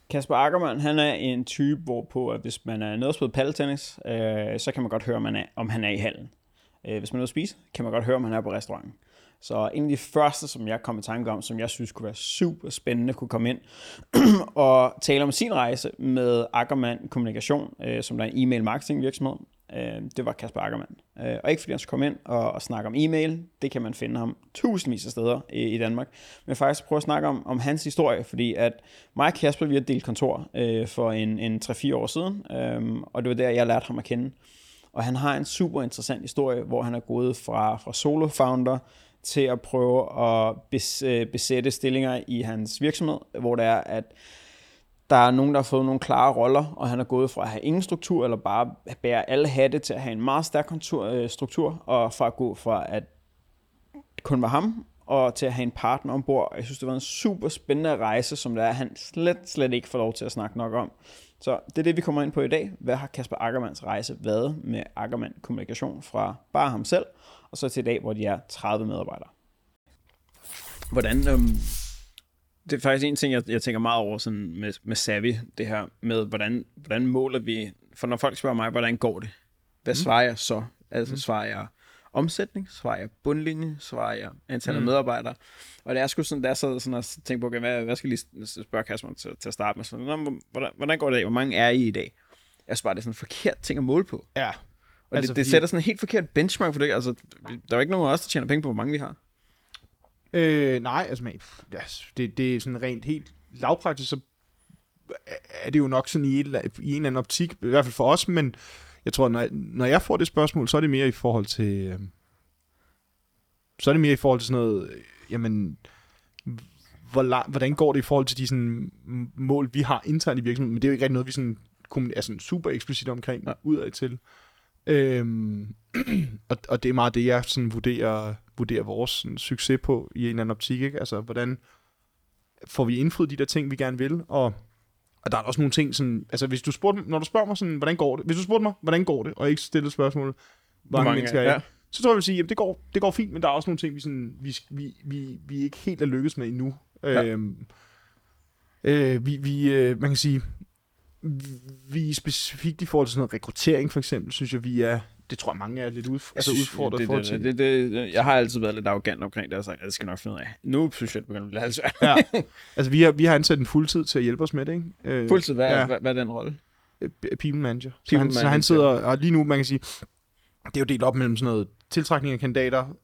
Kasper Ackermann, han er en type, hvorpå at hvis man er nede og spille paddeltennis, så kan man godt høre, om han er i hallen. Hvis man er ude at spise, kan man godt høre, om han er på restauranten. Så en af de første, som jeg kom i tanke om, som jeg synes kunne være super spændende, kunne komme ind og tale om sin rejse med Ackermann Kommunikation, som der er en e-mail marketing virksomhed. Det var Kasper Ackermann. Og ikke fordi han skulle komme ind og snakke om e-mail, det kan man finde ham tusindvis af steder i Danmark, men faktisk prøve at snakke om hans historie, fordi at mig og Kasper, vi har delt kontor for en 3-4 år siden, og det var der, jeg lærte ham at kende. Og han har en super interessant historie, hvor han er gået fra solo-founder til at prøve at besætte stillinger i hans virksomhed, hvor det er, at der er nogen, der har fået nogle klare roller, og han er gået fra at have ingen struktur, eller bare bære alle hatte, til at have en meget stærk struktur, og fra at gå fra at kun var ham, og til at have en partner ombord. Jeg synes, det var en super spændende rejse, som der er, han slet ikke får lov til at snakke nok om. Så det er det, vi kommer ind på i dag. Hvad har Kasper Ackermanns rejse været med Ackermann Kommunikation fra bare ham selv, og så til i dag, hvor de er 30 medarbejdere. Hvordan... Det er faktisk en ting, jeg tænker meget over sådan med Savvy, det her med, hvordan måler vi... For når folk spørger mig, hvordan går det? Hvad svarer jeg så? Altså svarer jeg omsætning? Svarer jeg bundlinje? Svarer jeg antal af medarbejdere? Og det er sgu sådan, der er sådan at tænke på, okay, hvad skal jeg lige spørge Kasper til at starte med? Sådan, hvordan går det i dag? Hvor mange er I dag? Jeg svarer, det er sådan en forkert ting at måle på. Ja. Og altså, det sætter sådan en helt forkert benchmark for det. Altså, der er jo ikke nogen af os, der tjener penge på, hvor mange vi har. Nej, altså det er sådan rent helt lavpraktisk, så er det jo nok sådan i en eller anden optik, i hvert fald for os, men jeg tror, når jeg får det spørgsmål, så er det mere i forhold til sådan noget, jamen, hvordan går det i forhold til de sådan mål, vi har internt i virksomheden, men det er jo ikke rigtig noget, vi sådan er sådan super eksplicit omkring, udad til. Og det er meget det, jeg sådan vurderer vores sådan, succes på i en eller anden optik, ikke? Altså, hvordan får vi indfriet de der ting, vi gerne vil, og der er også nogle ting sådan, altså når du spørger mig sådan, hvordan går det, hvis du spurgte mig, hvordan går det, og ikke stillede spørgsmål, hvor mange mennesker er, så tror jeg, vil sige, jamen det går fint, men der er også nogle ting, vi sådan, vi ikke helt er lykkes med endnu. Man kan sige, vi er specifikt i forhold til sådan noget rekruttering, for eksempel, synes jeg, vi er, det tror jeg, mange er lidt udfordret for til. Jeg har altid været lidt arrogant omkring det, og sagt, at det skal nok finde ud af. Nu synes jeg, det begynder at blive halvsvært. Ja. Altså, vi har ansat en fuldtid til at hjælpe os med det, ikke? Fuldtid? Hvad er den rolle? People manager. Så han sidder, og lige nu, man kan sige, det er jo delt op mellem sådan noget tiltrækning af kandidater,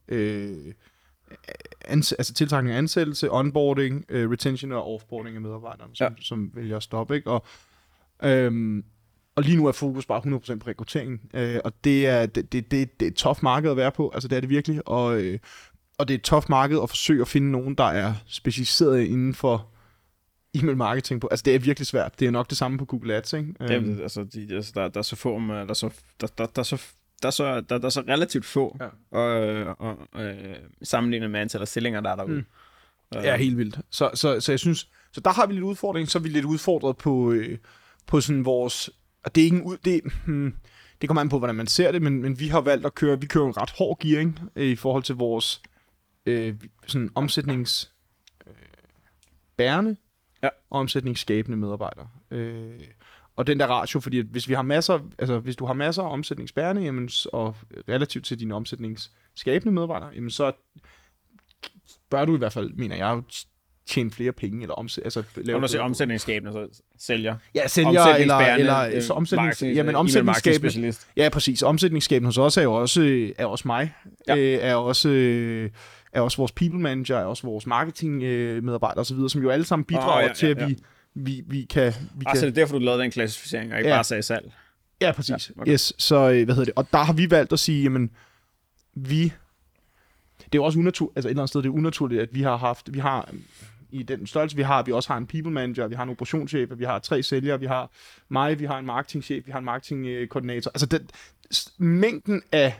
altså tiltrækning af ansættelse, onboarding, retention og offboarding af medarbejderne, som vælger at stoppe, ikke? Og lige nu er fokus bare 100% på rekruttering, og det er et tough marked at være på, altså det er det virkelig, og det er et tough marked at forsøge at finde nogen, der er specialiseret inden for e-mail marketing på. Altså det er virkelig svært. Det er nok det samme på Google Ads, ikke? Der er så få, der er så relativt få, og sammenlignet med antal af stillinger, der er derude. Ja, helt vildt. Så jeg synes, så der har vi lidt udfordring, så er vi lidt udfordret på sådan vores, og det er ikke det kommer an på, hvordan man ser det, men vi har valgt at køre en ret hård gearing i forhold til vores sådan omsætningsbærende og omsætningsskabende medarbejdere. Og den der ratio, fordi at hvis du har masser af omsætningsbærende, jamen, og relativt til dine omsætningsskabende medarbejdere, jamen, så bør du i hvert fald, mener jeg, tjene flere penge, eller lave... Når du siger omsætningsskabende, så sælger? Ja, sælger eller omsætningsskabende. Ja, præcis. Omsætningsskabende hos os er også mig. Er også vores people manager, er også vores marketing medarbejdere og så videre, som jo alle sammen bidrager til, at vi kan... Så det er derfor, du lavede den klassificering, og ikke bare sagde salg? Ja, præcis. Ja, okay. Yes, så og der har vi valgt at sige, jamen, det er jo også unaturligt, altså et eller andet sted, det er unaturligt, at vi har i den størrelse, vi også har en people manager, vi har en operationschef, vi har 3 sælgere, vi har mig, vi har en marketingchef, vi har en marketingkoordinator. Altså mængden af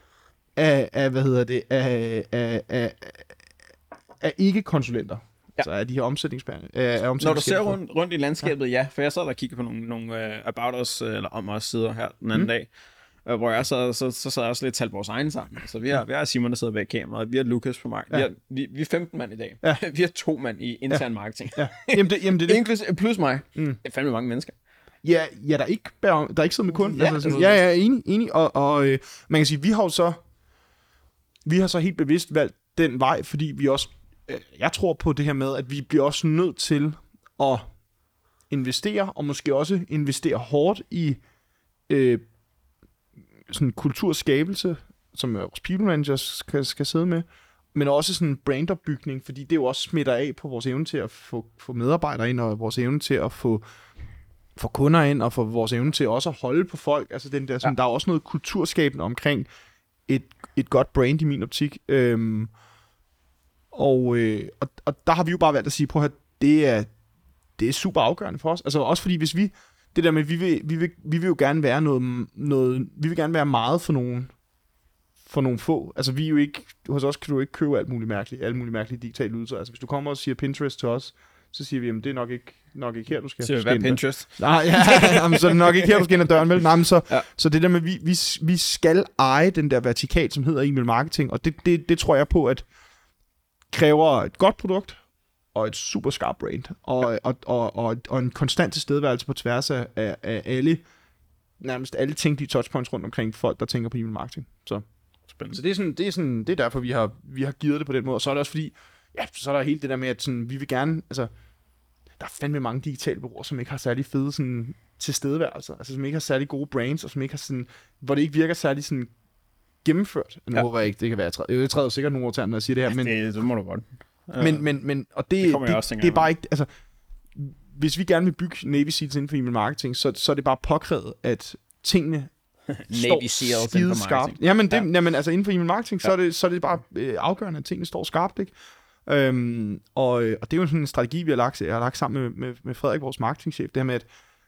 ikke-konsulenter, så er de her omsætningsbærende. Når du ser rundt i landskabet, for jeg sad der og kiggede på nogle About Us, eller om os sider her den anden dag, hvor jeg så sad jeg også lidt talt vores egen sammen. Altså, vi har Simon, der sidder bag kameraet, vi har Lukas på marketing. Vi er 15 mand i dag. Ja. Vi har 2 mand i intern marketing. Ja. Jamen det. Plus mig. Det er fandme mange mennesker. Ja, der ikke sidder med kunden. Ja, enig. Og man kan sige, vi har så helt bevidst valgt den vej, fordi vi også, jeg tror på det her med, at vi bliver også nødt til at investere, og måske også investere hårdt i sådan kulturskabelse, som vores people managers skal sidde med, men også sådan brandopbygning, fordi det jo også smitter af på vores evne til at få medarbejdere ind, og vores evne til at få kunder ind, og for vores evne til også at holde på folk. Altså den der, sådan, der er også noget kulturskabende omkring et godt brand i min optik. Og der har vi jo bare valgt at sige, prøv at høre, det er super afgørende for os. Altså også fordi, hvis vi, det der med, vi vil jo gerne være noget, vi vil gerne være meget for nogle få. Altså vi er jo ikke, hos os kan du ikke købe alle mulige mærkelige digitale ydelser. Altså hvis du kommer og siger Pinterest til os, så siger vi, jamen det er nok ikke her, du skal. Så hvad Pinterest? Nej, jamen, så er det nok ikke her, du skal ind ad døren, vel? Nej, men så det der med, vi skal eje den der vertikal, som hedder email marketing, og det tror jeg på, at kræver et godt produkt, og et super skarpt brand, og en konstant tilstedeværelse på tværs af alle, nærmest alle tænkelige touchpoints rundt omkring folk, der tænker på email marketing. Så det er derfor, vi har givet det på den måde, og så er det også fordi, ja, så er der helt det der med, at sådan, vi vil gerne, altså, der er fandme mange digitale bureauer, som ikke har særlig fede sådan, tilstedeværelser, altså som ikke har særlig gode brands, og som ikke har sådan, hvor det ikke virker særlig sådan gennemført. Nu håber jeg ikke, det kan være, jeg træder sikkert nogle år til, når jeg siger det her, men det må du godt. Men og det er bare ikke, altså, hvis vi gerne vil bygge Navy Seals inden for email marketing, så er det bare påkrævet, at tingene Navy Seals skide skarpt. Jamen altså inden for email marketing, så er det bare afgørende, at tingene står skarpt, ikke? Og det er jo sådan en strategi, jeg har lagt sammen med Frederik, vores marketingchef, det her med, at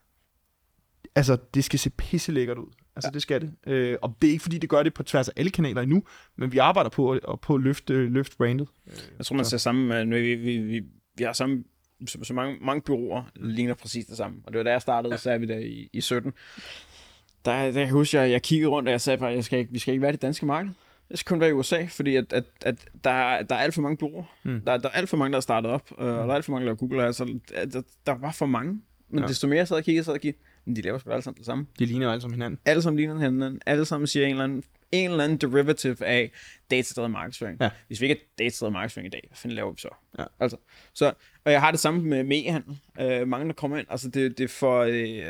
altså, det skal se pisselækkert ud. Altså, det skal det. Og det er ikke, fordi det gør det på tværs af alle kanaler endnu, men vi arbejder på at løfte brandet. Jeg tror, man ser sammen, vi har sammen, så mange bureauer ligner præcis det samme. Og det var da jeg startede, så sagde vi der i 17. Der kan jeg huske, at jeg kiggede rundt, og jeg sagde bare, vi skal ikke være i det danske marked. Jeg skal kun være i USA, fordi at der er alt for mange bureauer. Der er alt for mange, der er startet op, og der er alt for mange, der laver Google. Altså, der var for mange. Men desto mere jeg sad og kiggede, men de laver sgu alle sammen det samme. De ligner alle sammen hinanden. Alle sammen ligner hinanden. Alle sammen siger en eller anden derivative af datadrevet markedsføring. Ja. Hvis vi ikke har datadrevet markedsføring i dag, hvad fanden laver vi så? Ja. Altså, og jeg har det samme med e-handel. Mange, der kommer ind, altså det er for...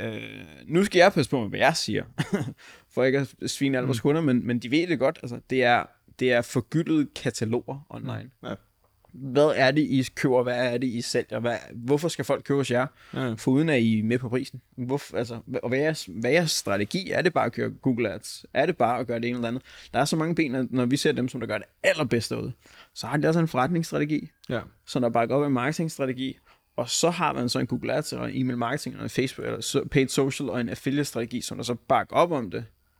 nu skal jeg passe på med, hvad jeg siger, for ikke at svine alle vores kunder, men de ved det godt. Altså, det er forgyldede kataloger online. Ja. Hvad er det, I køber? Hvad er det, I sælger? Hvorfor skal folk købe hos jer? Foruden at I er med på prisen. Og hvad er jeres strategi? Er det bare at køre Google Ads? Er det bare at gøre det ene eller andet? Der er så mange ben, når vi ser dem, som der gør det allerbedste derude, så har de også en forretningsstrategi, som der bakker op af en marketingstrategi. Og så har man så en Google Ads og en e-mail marketing og en Facebook eller paid social og en affiliate-strategi, som der så bakker op om det.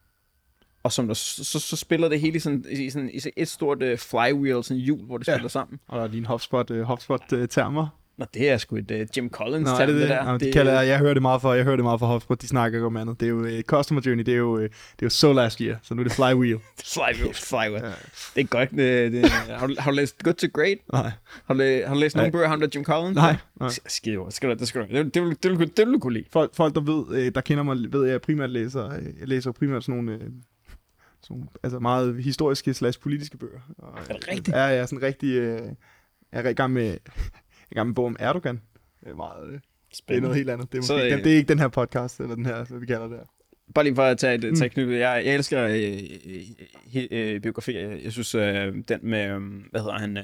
Og som der, så spiller det hele i et stort flywheel, sådan hjul, hvor det spiller sammen. Og der er lige en HubSpot-termer. Nå, det er sgu et Jim Collins-term, det der. Nå, det kalder jeg hører det meget for HubSpot, de snakker ikke om andet. Det er jo Customer Journey, det er jo so last year, så nu er det flywheel. flywheel. Ja. Det er godt. Har du læst Good to Great? Nej. Har du læst nogle bøger, ham der Jim Collins? Nej. Skide ord. Det vil du kunne lide. Folk der kender mig, ved jeg primært jeg læser primært sådan nogle... altså meget historiske / politiske bøger. Og, er det rigtigt? Jeg er sådan rigtig... jeg er i gang med en bog om Erdogan. Det er meget... Det er noget helt andet. Det er ikke den her podcast, eller den her, hvad vi kalder det her. Bare lige for at tage knyttet. Jeg elsker biografier. Jeg synes, den med... hvad hedder han?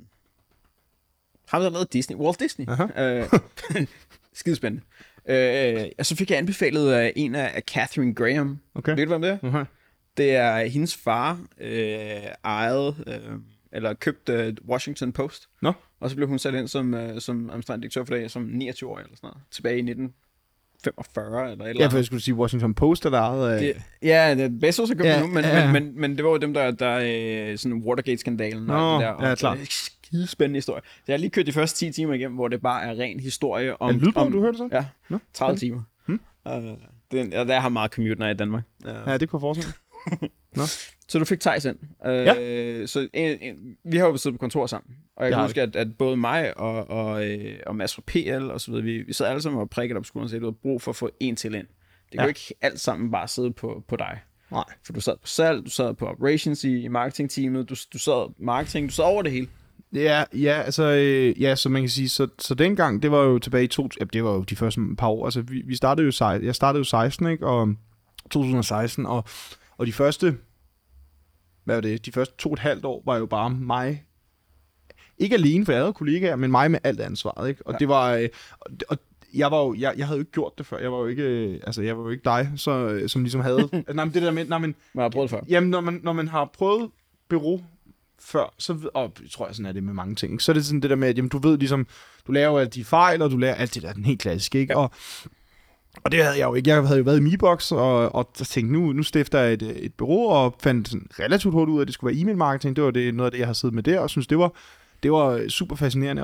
Ham, der lavede Disney. Walt Disney. Skidespændende. Og så fik jeg anbefalet en af Catherine Graham. Okay. Ved du, hvem det er? Uh-huh. Det er hendes far ejede, eller købte Washington Post. No. Og så blev hun sat ind som administrerende direktør for det, som 29 år eller sådan noget. Tilbage i 1945 eller et eller andet. Ja, for jeg skulle sige Washington Post, der ejede... Ja, det er bedst også at købe nu, men det var jo dem, der sådan Watergate-skandalen og det der. Ja, klart. Skidespændende historie. Så jeg har lige kørt de første 10 timer igennem, hvor det bare er ren historie om... Er det lydbog, du hørte så? Ja, 30 timer. Der har meget commute, når jeg er i Danmark. Ja, det kunne jeg forestille mig. Så du fik Theis ind. Så vi har jo siddet på kontor sammen. Og jeg kan huske, at både mig og Mads fra PL og så videre, vi sad alle sammen og prikket op skulderen og sagde, at du havde brug for at få en til ind. Det kan jo ikke alt sammen bare sidde på dig. Nej. For du sad på salg, du sad på operations i marketingteamet, du sad marketing, du sad over det hele. Så man kan sige, så dengang, det var jo tilbage i det var jo de første par år, altså vi startede jo, jeg startede jo 16, ikke, og 2016, og de første, hvad var det, de første 2,5 år var jo bare mig, ikke alene, for jeg havde kollegaer, men mig med alt ansvaret, ikke, og det var, og jeg havde jo ikke gjort det før. Jeg var jo ikke dig, som ligesom havde. Nej, men det der med, man har prøvet før. Jamen, når man har prøvet bureau før, så, og jeg tror jeg sådan er det med mange ting, ikke? Så er det sådan det der med, at jamen, du ved ligesom, du lærer jo alle de fejl, og du lærer alt det der, den helt klassiske, ikke? Ja. Og det havde jeg jo ikke. Jeg havde jo været i MiBox, og tænkte, nu stifter jeg et bureau, og fandt sådan relativt hurtigt ud af, at det skulle være e-mail-marketing. Det var noget af det, jeg har siddet med der, og synes, det var super fascinerende.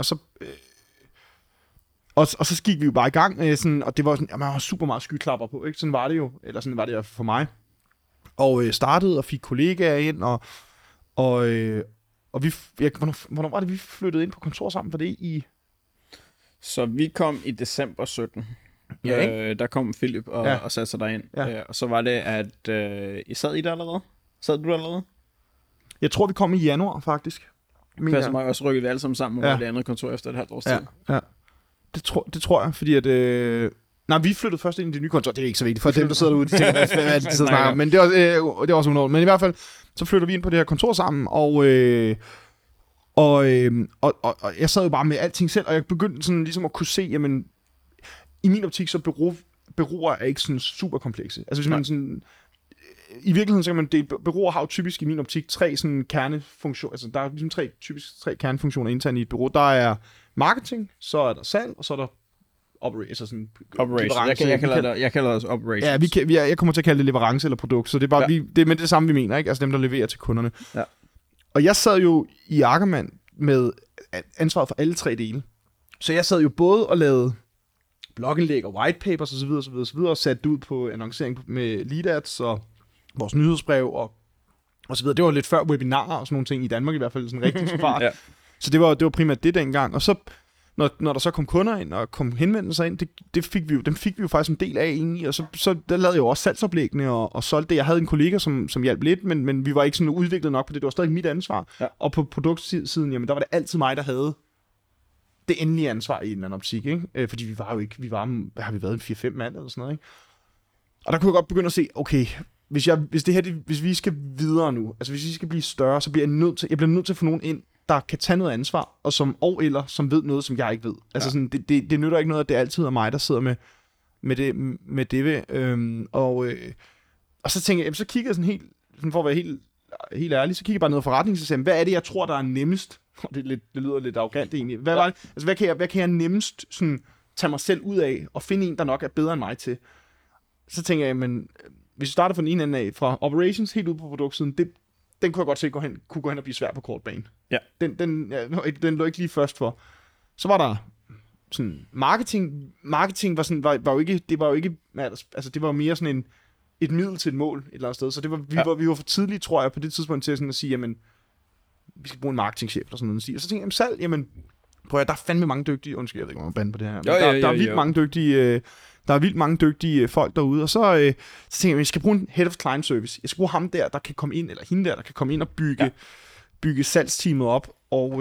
Og så gik vi jo bare i gang, sådan, og det var sådan, man har super meget skyklapper på, ikke? Sådan var det jo, eller sådan var det for mig. Og startede og fik kollegaer ind, og vi, hvornår var det, vi flyttede ind på kontor sammen? Var det i? Så vi kom i december 17. Ja, der kom Philip og satte sig derind. Ja. Og så var det, at I sad i der allerede? Sad du der allerede? Jeg tror, vi kom i januar, faktisk. Passer mig også, rykkede vi alle sammen og det andet kontor efter et halvt års tid. Ja. Det tror jeg, fordi at... vi flyttede først ind i det nye kontor. Det er ikke så vigtigt, for dem, der sidder derude, de tænker, hvad de sidder snakker. Men det er også underordnet. Men i hvert fald, så flytter vi ind på det her kontor sammen, og jeg sad jo bare med alting selv, og jeg begyndte sådan ligesom at kunne se, jamen, i min optik, så bureauer er ikke sådan super komplekse. Altså hvis man sådan... I virkeligheden, så kan man dele... Bureauer har jo typisk i min optik 3 sådan kernefunktioner. Altså der er ligesom typisk 3 kernefunktioner internt i et bureau. Der er marketing, så er der salg, og så er der operation. Jeg kalder det også operations. Ja, jeg kommer til at kalde det leverance eller produkt, så det er bare det er det samme vi mener, ikke? Altså dem der leverer til kunderne. Ja. Og jeg sad jo i Ackermann med ansvaret for alle 3 dele. Så jeg sad jo både og lavede blogindlæg og white papers og så videre, og satte ud på annoncering med lead ads og vores nyhedsbrev og så videre. Det var lidt før webinarer og sådan nogle ting i Danmark i hvert fald sådan rigtig så fart. Ja. Så det var primært det dengang. Og så når der så kom kunder ind og kom henvendelser ind, dem fik vi jo faktisk en del af egentlig, og så der lavede jeg jo også salgsoplæggene og solgte det. Jeg havde en kollega, som hjalp lidt, men vi var ikke sådan udviklet nok på det. Det var stadig mit ansvar. Ja. Og på produktsiden, jamen der var det altid mig, der havde det endelige ansvar i en eller anden optik, ikke? Fordi vi har vi været 4-5 mand eller sådan noget, ikke? Og der kunne jeg godt begynde at se, okay, hvis vi skal videre nu, altså hvis vi skal blive større, så bliver jeg nødt til at få nogen ind, der kan tage noget ansvar, og som ved noget, som jeg ikke ved. Altså sådan, det nytter ikke noget, at det altid er mig, der sidder med det. Og så tænker jeg, så kigger jeg sådan helt, for at være helt ærlig, så kigger jeg bare ned på forretningen, og siger, hvad er det, jeg tror, der er nemmest? Det lyder lidt arrogant egentlig. Hvad kan jeg nemmest sådan, tage mig selv ud af, og finde en, der nok er bedre end mig til? Så tænker jeg, men hvis vi starter fra den ene ende af, fra operations helt ud på produktsiden, den kunne jeg godt se kunne gå hen og blive svær på kort bane. Ja. Den lå ikke lige først for. Så var der sådan marketing. Marketing var jo ikke, altså det var jo mere sådan et middel til et mål et eller andet sted. Så vi var for tidligt, tror jeg, på det tidspunkt til sådan at sige, jamen, vi skal bruge en marketingchef eller sådan noget. Og så tænkte jeg, salg, jamen, prøv at der er fandme mange dygtige, undskyld, jeg ved ikke, om jeg bande på det her. Der er vildt mange dygtige... Der er vildt mange dygtige folk derude, og så tænker jeg, jeg skal bruge en head of client service. Jeg skal bruge ham der kan komme ind, eller hende der kan komme ind og bygge salgsteamet op. Og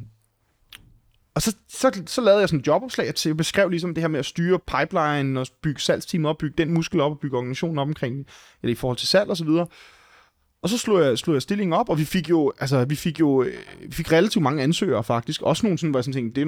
så lavede jeg sådan en jobopslag, jeg beskrev ligesom det her med at styre pipeline, og bygge salgsteamet op, bygge den muskel op, og bygge organisationen op omkring, eller i forhold til salg og så videre. Og så slog jeg stillingen op, og vi fik relativt mange ansøgere faktisk. Også nogle sådan, hvor jeg sådan tænkte, det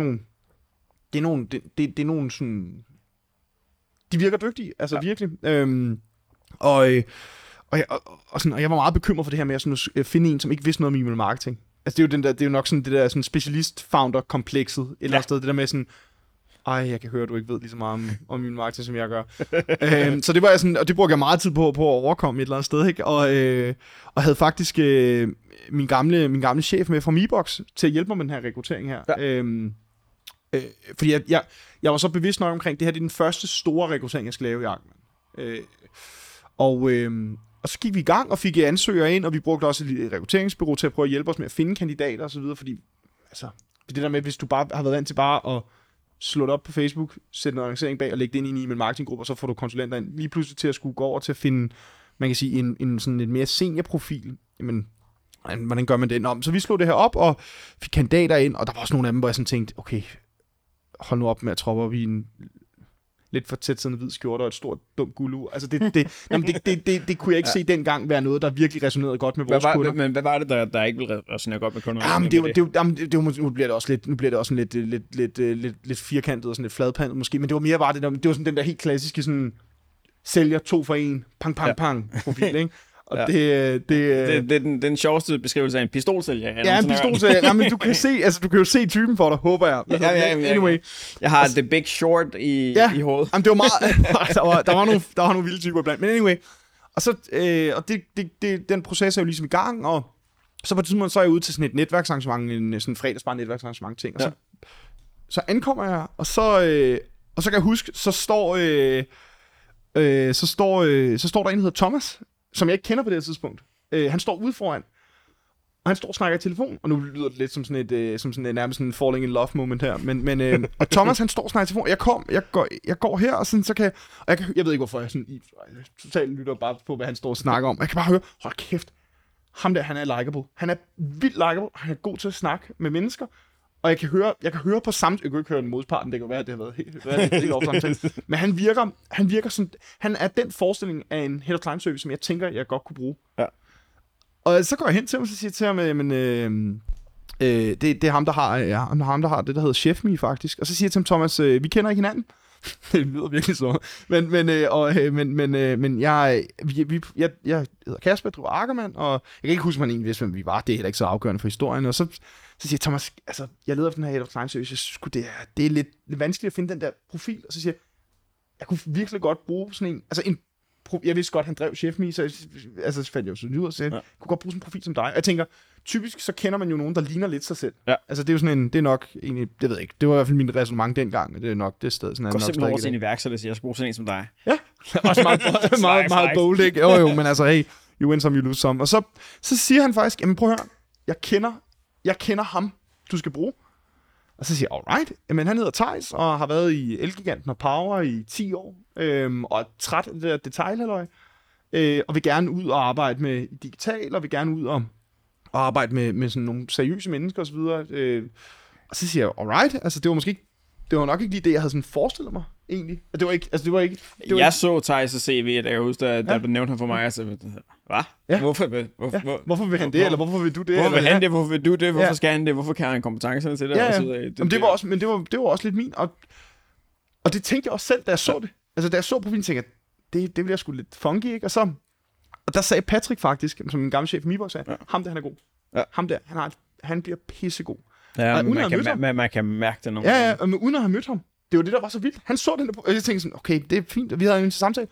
er nogle sådan... De virker dygtige, altså virkelig. Og jeg var meget bekymret for det her med at finde en, som ikke vidste noget om email marketing. Altså det er jo nok sådan det der sådan specialist-founder-komplekset et eller andet sted. Det der med sådan, jeg kan høre, at du ikke ved lige så meget om email marketing, som jeg gør. Så det var jeg sådan, og det brugte jeg meget tid på at overkomme et eller andet sted, ikke? Og havde faktisk min gamle chef med fra MiBox til at hjælpe mig med den her rekruttering her. Ja. Fordi jeg var så bevidst nok omkring, det her det er den første store rekruttering, jeg skal lave i Ackermann. Og så gik vi i gang og fik ansøgere ind, og vi brugte også et rekrutteringsbureau til at prøve at hjælpe os med at finde kandidater og så videre, fordi altså, det der med, hvis du bare har været vant til bare at slå det op på Facebook, sætte en annoncering bag og lægge det ind i en e-mail marketinggruppe, og så får du konsulenter ind, lige pludselig til at skulle gå over til at finde, man kan sige, en sådan et mere seniorprofil. Jamen, hvordan gør man det? Så vi slog det her op og fik kandidater ind, og der var også nogle af dem, hvor jeg sådan tænkte, okay, hold nu op med at troppe op i en lidt for tæt sådan en hvid skjorte og et stort dumt guldur. Altså det kunne jeg ikke se dengang være noget, der virkelig resonerede godt med vores kunder. Men hvad var det, der ikke ville resonere godt med kunderne? Nu bliver det også sådan lidt firkantet og sådan lidt fladpandet måske, men det var mere det var sådan den der helt klassiske sådan sælger 2 for 1, pang profil, ikke? Og ja. Det er den sjoveste beskrivelse af en pistolsælger. Ja, en pistolsælger. Ja, men du kan jo se typen for dig, håber jeg. Anyway. Jeg har The Big Short i hovedet. Jamen, det var meget... der var nogle vilde typer blandt. Men anyway. Og så... den proces er jo ligesom i gang, og så på et tidspunkt så er jeg ude til sådan et netværksarrangement, sådan en fredagsbar netværksarrangement ting. Og så ankommer jeg, og så kan jeg huske, så står der en, der hedder Thomas, som jeg ikke kender på det her tidspunkt. Han står ude foran, og han står og snakker i telefon, og nu lyder det lidt som sådan et nærmest sådan en falling in love moment her, men og Thomas han står og snakker i telefon, jeg går her, og sådan, så kan jeg ved ikke hvorfor, jeg totalt lytter bare på, hvad han står og snakker om. Jeg kan bare høre, hold kæft, ham der, han er likeable. Han er vildt likeable, han er god til at snakke med mennesker, og jeg kan høre på samt, jeg kan ikke høre den modparten, det kan være, at det har været helt oversamtale, men han virker som, han er den forestilling af en head of client service, som jeg tænker, jeg godt kunne bruge. Ja. Og så går jeg hen til ham, og så siger jeg til ham, jamen, det er ham, der har det, der hedder ChefMe faktisk, og så siger jeg til ham, Thomas, vi kender ikke hinanden. Det lyder virkelig så. Men jeg hedder Kasper, jeg driver Ackermann, og jeg kan ikke huske, om han egentlig vidste, hvem vi var. Det er heller ikke så afgørende for historien. Og så siger Thomas, altså, jeg leder efter den her head of client service. Jeg synes, det er lidt vanskeligt at finde den der profil. Og så siger jeg kunne virkelig godt bruge sådan en, altså jeg vidste godt, han drev ChefMe, så fandt jeg jo sådan ud og sagde, jeg kunne godt bruge sådan en profil som dig. Og jeg tænker, typisk så kender man jo nogen, der ligner lidt sig selv. Ja. Altså det er jo sådan det er nok egentlig, det ved jeg ikke, det var i hvert fald min ræsonnement dengang, det er nok det sted. Sådan går simpelthen over til en iværksætter, siger, jeg skal bruge sådan en som dig. Ja, også meget bold, ikke? Jo, men altså, hey, you win some, you lose some. Og så siger han faktisk, jamen prøv at høre, jeg kender ham, du skal bruge. Og så siger jeg, alright, men han hedder Theis, og har været i Elgiganten og Power i 10 år, og er træt af det der detailhalløj, og vil gerne ud og arbejde med digital, og vil gerne ud og arbejde med sådan nogle seriøse mennesker osv. Og så siger jeg, alright, altså det var nok ikke lige det, jeg havde sådan forestillet mig, egentlig. Jeg så Theis' CV, da jeg husker, at der blev nævnt ham for mig, og så hvad? Ja. Hvorfor vil han det, eller hvorfor vil du det? Hvorfor vil han det, hvorfor vil du det, hvorfor skal han det, hvorfor kan han kompetencerne til det? Ja. Det var også lidt min, og det tænkte jeg også selv, da jeg så det. Altså da jeg så profilen, tænkte jeg, det bliver sgu lidt funky, ikke? Og der sagde Patrick faktisk, som en gammel chef i Miborg sagde, ham der, han er god. Ja. Ham der, han bliver pissegod. Ja, man kan mærke det nogle gange. Ja, men uden at have mødt ham. Det var det, der var så vildt. Han så den der, og jeg tænkte sådan, okay, det er fint, og vi havde en samtale.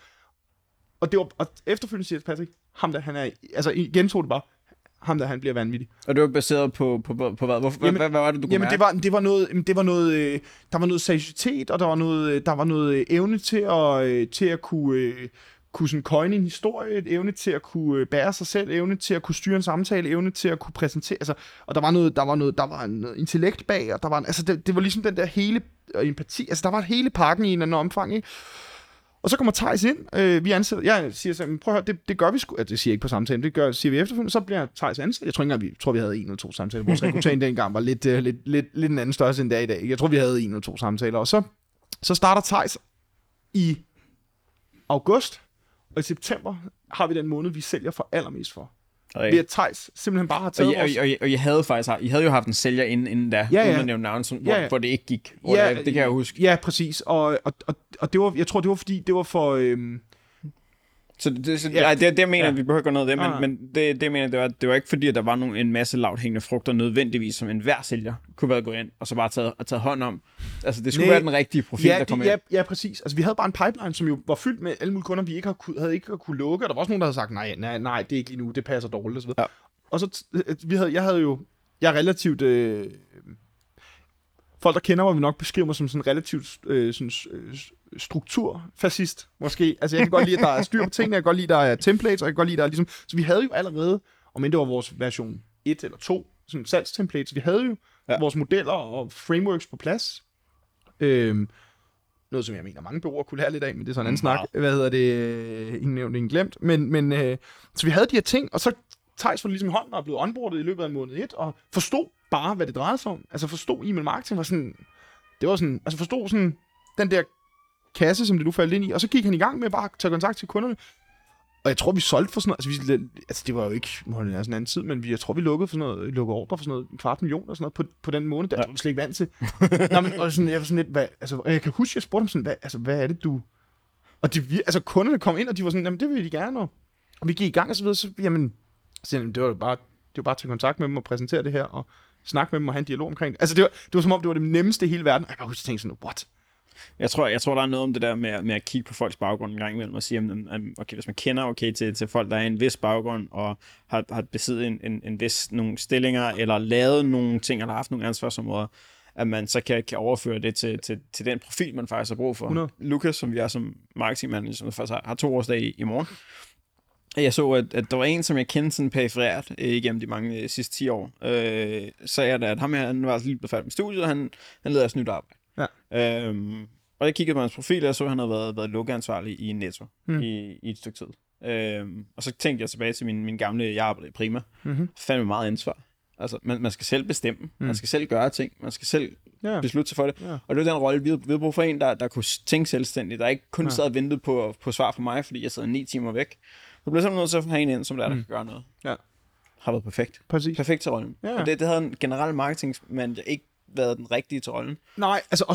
Og efterfølgende siger Patrick, ham der, han er, altså igen tog det bare, ham der, han bliver vanvittig. Og det var baseret på hvad? Hvad var det, du kunne mærke? Det var noget, der var noget seriøsitet, og der var noget evne til at kunne sådan coine en historie, evne til at kunne bære sig selv, evne til at kunne styre en samtale, evne til at kunne præsentere, altså, og der var noget intellekt bag, og der var altså det var ligesom den der hele empati, altså der var hele pakken i en anden omfang, ikke? Og så kommer Theis ind, vi ansætter, jeg siger så, prøv at høre, det gør vi sgu, det siger jeg ikke på samtalen, siger vi efterfølgende, så bliver Theis ansat. Jeg tror ikke engang, vi havde 1 eller 2 samtaler, vores rekruttering dengang var lidt en anden størrelse end dag i dag. Jeg tror, vi havde 1 eller 2 samtaler, og så starter Theis i august, og i september har vi den måned, vi sælger for allermest for. Ved at Theis simpelthen bare har taget vores... Og I havde jo haft en sælger inden da, uden at nævne navn, hvor det ikke gik. Det kan jeg huske. Ja, præcis. Og det var, jeg tror, det var fordi, det var for... Så det mener jeg, vi behøver ikke gå ned af det, men det mener det var ikke fordi, at der var en masse lavthængende frugter nødvendigvis, som enhver sælger kunne være gået ind, og så bare taget hånd om. Altså det skulle være den rigtige profil, der kom ind. Ja, præcis. Altså vi havde bare en pipeline, som jo var fyldt med alle mulige kunder, vi ikke havde ikke kunne lukke, og der var også nogen, der havde sagt, nej, det er ikke lige nu, det passer dårligt, og så videre. Ja. Og så, jeg er relativt... folk, der kender mig, vil nok beskrive mig som sådan relativt strukturfascist, måske. Altså, jeg kan godt lide, at der er styr på tingene, jeg kan godt lide, at der er templates, og jeg kan godt lide, at der er ligesom... Så vi havde jo allerede, om end det var vores version 1 eller 2, sådan salgstemplates, vi havde jo vores modeller og frameworks på plads. Noget, som jeg mener, mange bureauer kunne lære lidt af, men det er sådan en anden snak. Hvad hedder det? Ingen nævnt, ingen glemt. Men så vi havde de her ting, og så Theis var ligesom i hånden og blev onboardet i løbet af måned 1, og forstod bare, hvad det drejede sig om. Altså forstod e-mail marketing var sådan... Det var sådan... Altså forstod sådan den der kasse, som det nu faldt ind i, og så gik han i gang med bare at tage kontakt til kunderne. Og jeg tror, vi solgte for sådan noget... Altså, det var jo ikke... Nu har det sådan en anden tid, men jeg tror, vi lukkede for sådan noget... Lukkede ordre for sådan noget 250.000 og sådan noget på den måned. Der var vi slet ikke vant til. Nå, men, og sådan, jeg var sådan lidt... jeg kan huske, jeg spurgte dem sådan... Hvad er det, du... Og kunderne kom ind, og de var sådan... Jamen, det vil de gerne. Og vi gik i gang og så videre. Så, jamen... det var bare at tage kontakt med dem og præsentere det her, og snakke med dem og have en dialog omkring det. Altså, det var som om, det var det nemmeste i hele verden. Jeg kan huske at tænke sådan, what? Jeg tror, der er noget om det der med at kigge på folks baggrund en gang imellem og sige, okay, hvis man kender til folk, der er en vis baggrund og har besiddet en vis nogle stillinger, eller lavet nogle ting, eller haft nogle ansvarsområder, at man så kan overføre det til den profil, man faktisk har brug for. 100. Lukas, som vi er som marketingmanager, som faktisk har 2-årsdag i morgen, jeg så, at der var en, som jeg kendte sådan perifrært igennem de mange sidste 10 år. Så jeg da, at han var lige blevet færdig med studiet, og han leder et nyt arbejde. Ja. Og jeg kiggede på hans profil, og jeg så, at han havde været lukkeansvarlig i Netto i et stykke tid. Og så tænkte jeg tilbage til min gamle, jeg arbejdede i Prima. Fandme meget ansvar. Altså, man skal selv bestemme. Man skal selv gøre ting. Man skal selv beslutte sig for det. Og det var den rolle, vi havde brug for en, der kunne tænke selvstændigt. Der ikke kun sad og ventede på svar fra mig, fordi jeg sad 9 timer væk. Så blev simpelthen nødt til at have en ind, som der kan gøre noget. Ja. Har været perfekt. Præcis. Perfekt til rollen. Ja. Og det havde en generel marketingmand ikke været den rigtige til rollen. Nej, altså,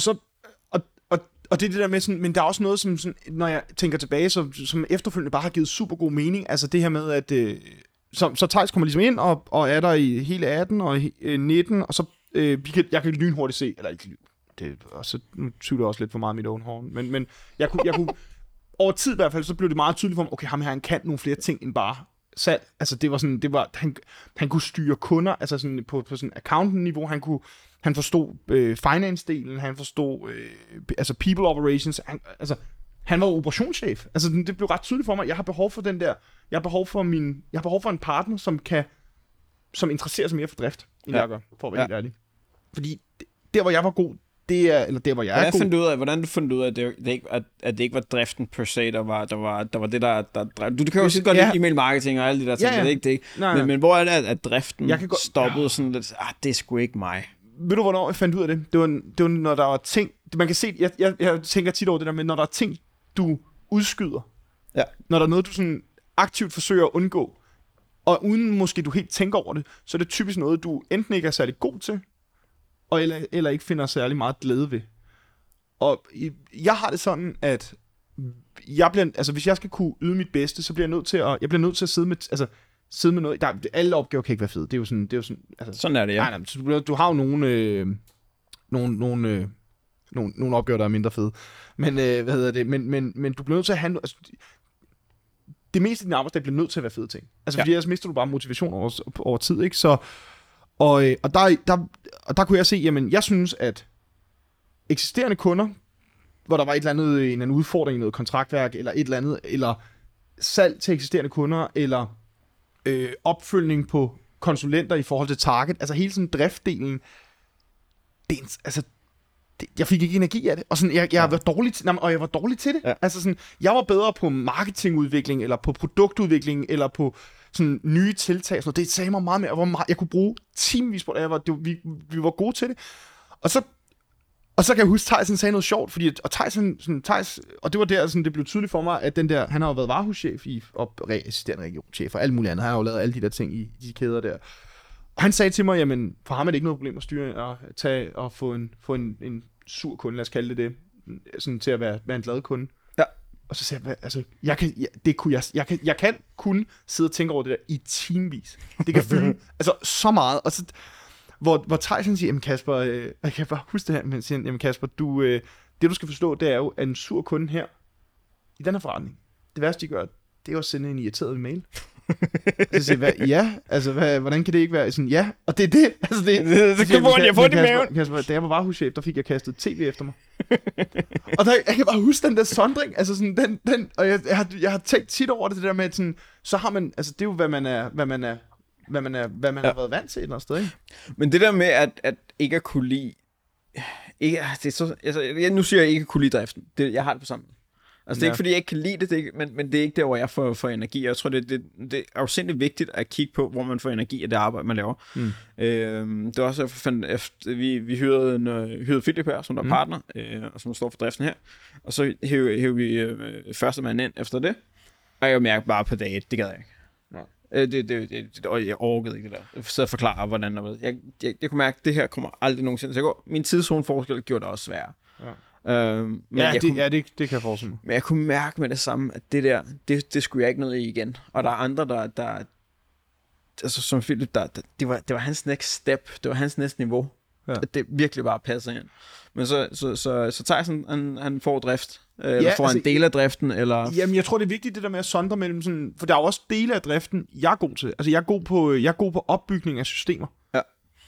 og det er det der med sådan, men der er også noget, som sådan, når jeg tænker tilbage, som efterfølgende bare har givet super god mening. Altså det her med, at så Theis kommer ligesom ind, og er der i hele 18 og 19, og så jeg kan lynhurtigt se, eller ikke det, og så nu tvivler jeg også lidt for meget mit own horn, men jeg kunne over tid i hvert fald, så blev det meget tydeligt for mig, okay, ham her, han kan nogle flere ting end bare salg. Altså det var sådan, han kunne styre kunder, altså sådan på sådan accountant-niveau, han forstod finance-delen, han forstod altså people operations, han var operationschef. Altså det blev ret tydeligt for mig, jeg har behov for jeg har behov for en partner, som interesserer sig mere for drift, end jeg gør, for at være helt ærlig. Fordi der, hvor jeg var god, eller der, hvor jeg er god. Hvordan fandt du ud af, at det ikke var driften per se, der var det, der du kan jo så godt lide e-mail marketing og alle de der ting, det er ikke det. Men hvor er det, at driften stoppede sådan lidt, det er sgu ikke mig. Ved du, hvornår jeg fandt ud af det? Det var når der var ting, man kan se, jeg tænker tit over det der, men når der er ting, du udskyder, når der er noget, du sådan aktivt forsøger at undgå, og uden måske du helt tænker over det, så er det typisk noget, du enten ikke er særlig god til, og eller ikke finder særlig meget glæde ved. Og jeg har det sådan, at hvis jeg skal kunne yde mit bedste, så bliver jeg nødt til at sidde med noget. Alle opgaver kan ikke være fede. Det er jo sådan altså, sådan er det, ja. Nej, du har jo nogle opgaver, der er mindre fede. Men men du bliver nødt til at handle. Altså, det meste af din arbejdsdag bliver nødt til at være fede ting. Altså fordi ellers mister du bare motivation over tid, ikke? Så og der kunne jeg se, jamen jeg synes, at eksisterende kunder, hvor der var en eller anden udfordring i noget kontaktværk, eller et eller andet, eller salg til eksisterende kunder, eller opfølgning på konsulenter i forhold til target, altså hele sådan driftdelen, jeg fik ikke energi af det, og sådan, jeg var dårlig til, og jeg var dårlig til det. Ja. Altså sådan, jeg var bedre på marketingudvikling, eller på produktudvikling, eller på sådan nye tiltag. Sådan noget. Det sagde mig meget mere. Jeg kunne bruge timevis på det. Vi var gode til det. Og så kan jeg huske, at Theis sagde noget sjovt, fordi Theis, og det var der, sådan, det blev tydeligt for mig, at han har jo været varehuschef og assisterende regionchef og alt muligt andet. Han har jo lavet alle de der ting i de kæder der. Og han sagde til mig, jamen, for ham er det ikke noget problem at styre og få en sur kunde, lad os kalde det, sådan til at være en glad kunde. Ja. Og så sagde jeg, altså, jeg kan kun sidde og tænke over det der i timevis. Det kan fylde altså så meget. Og så, hvor Theis siger, jamen Kasper, jeg kan bare huske det her, men siger, jamen Kasper, det du skal forstå, det er jo, at en sur kunde her, i den her forretning, det værste de gør, det er jo at sende en irriteret mail. Så siger jeg, ja, altså, hvordan kan det ikke være sådan, ja, og det er det. Altså, det jeg får det i maven. Kasper, da jeg var varehuschef, der fik jeg kastet tv efter mig. Og jeg kan bare huske den der sondring, altså sådan, og jeg har tænkt tit over det der med, sådan, så har man, altså det er jo, hvad man har været vant til et eller andet sted, ikke? Men det der med, at ikke at kunne lide, ikke, det er så, altså, nu siger jeg ikke at kunne lide driften, jeg har det på sammen. Altså det er ikke fordi jeg ikke kan lide det, men det er ikke der, hvor jeg får energi. Jeg tror, det er jo sindssygt vigtigt at kigge på, hvor man får energi af det arbejde, man laver. Det var også, efter vi hyrede Philip her, som der er partner, og som står for driften her. Og så hævde vi første mand ind efter det. Og jeg mærkede bare på dagen, det gad jeg ikke. Jeg overgede ikke det der. Så forklare, hvordan der var. Jeg kunne mærke, at det her kommer aldrig nogensinde til at gå. Min tidszoneforskel gjorde det også sværere. Ja. Det kan jeg forestille mig. Men jeg kunne mærke med det samme, at det der, det skulle jeg ikke noget i igen. Og der er andre, der altså som Philip, det var hans next step, det var hans næste niveau. Ja. Det virkelig bare passer ind. Men så Tyson, han får drift, eller får en del af driften, eller... Jamen, jeg tror, det er vigtigt, det der med at sondre mellem sådan... For der er jo også dele af driften, jeg er god til. Altså, jeg er god på opbygning af systemer. Ja.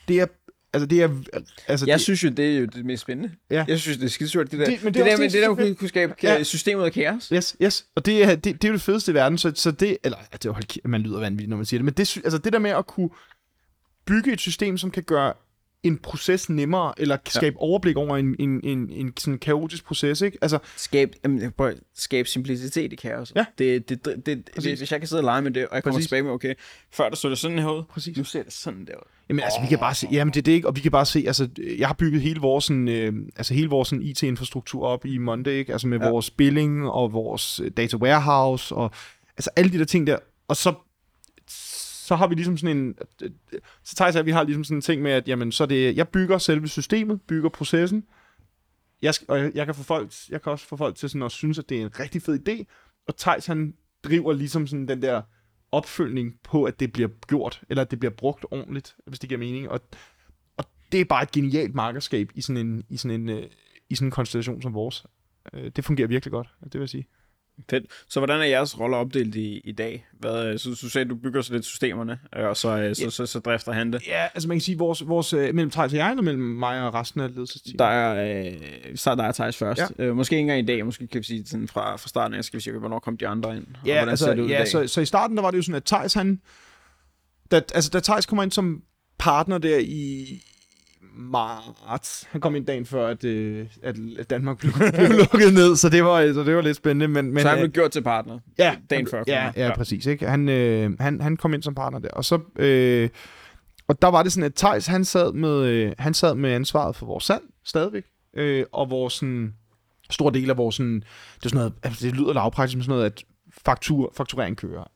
Jeg synes jo, det er jo det mest spændende. Ja. Jeg synes, det er skidesørt, det der. Det der kunne skabe systemet af kaos. Yes. Og det er jo det fedeste i verden, så det... Eller, man lyder vanvittigt, når man siger det. Men det der med at kunne bygge et system, som kan gøre en proces nemmere, eller skabe overblik over en sådan kaotisk proces, ikke? Altså, skabe simplicitet i kaos. Ja. Hvis jeg kan sidde og lege med det, og jeg kommer tilbage med, okay, før der så det sådan her ud, nu ser det sådan der ud. Jamen altså, vi kan bare se, jamen det er det ikke, og vi kan bare se, altså, jeg har bygget hele vores IT-infrastruktur op i Monday, ikke? Altså med vores billing, og vores data warehouse, og altså alle de der ting der, og så har vi ligesom sådan en... Så tager jeg, at vi har ligesom sådan en ting med, at jamen, så det, jeg bygger selve systemet, bygger processen, jeg kan også få folk til sådan at synes, at det er en rigtig fed idé, og Theis, han driver ligesom sådan den der opfølgning på, at det bliver gjort, eller at det bliver brugt ordentligt, hvis det giver mening, og det er bare et genialt markedskab i sådan en konstellation som vores. Det fungerer virkelig godt, det vil jeg sige. Fedt. Så hvordan er jeres roller opdelt i dag? Så du sagde, at du bygger så lidt systemerne, og så drifter han det? Ja, altså man kan sige, vores mellem Theis og jeg, eller mellem mig og resten af ledelsesteamet? Der er Theis først. Ja. Måske ikke engang i dag, måske kan vi sige sådan fra starten af, skal vi sige, hvornår kom de andre ind? Ja, altså, så i starten, der var det jo sådan, at Theis, da Theis kommer ind som partner der i marts. Han kom ind dagen før, at Danmark blev lukket ned, så det var lidt spændende. Men så han blev gjort til partner dagen før? Ja, præcis. Ikke? Han kom ind som partner der. Og så og der var det sådan, at Theis, han sad med ansvaret for vores salg stadigvæk, og vores sådan, stor del af vores sådan, det er sådan noget, altså, det lyder lavpraktisk, men sådan noget, at fakturering kører,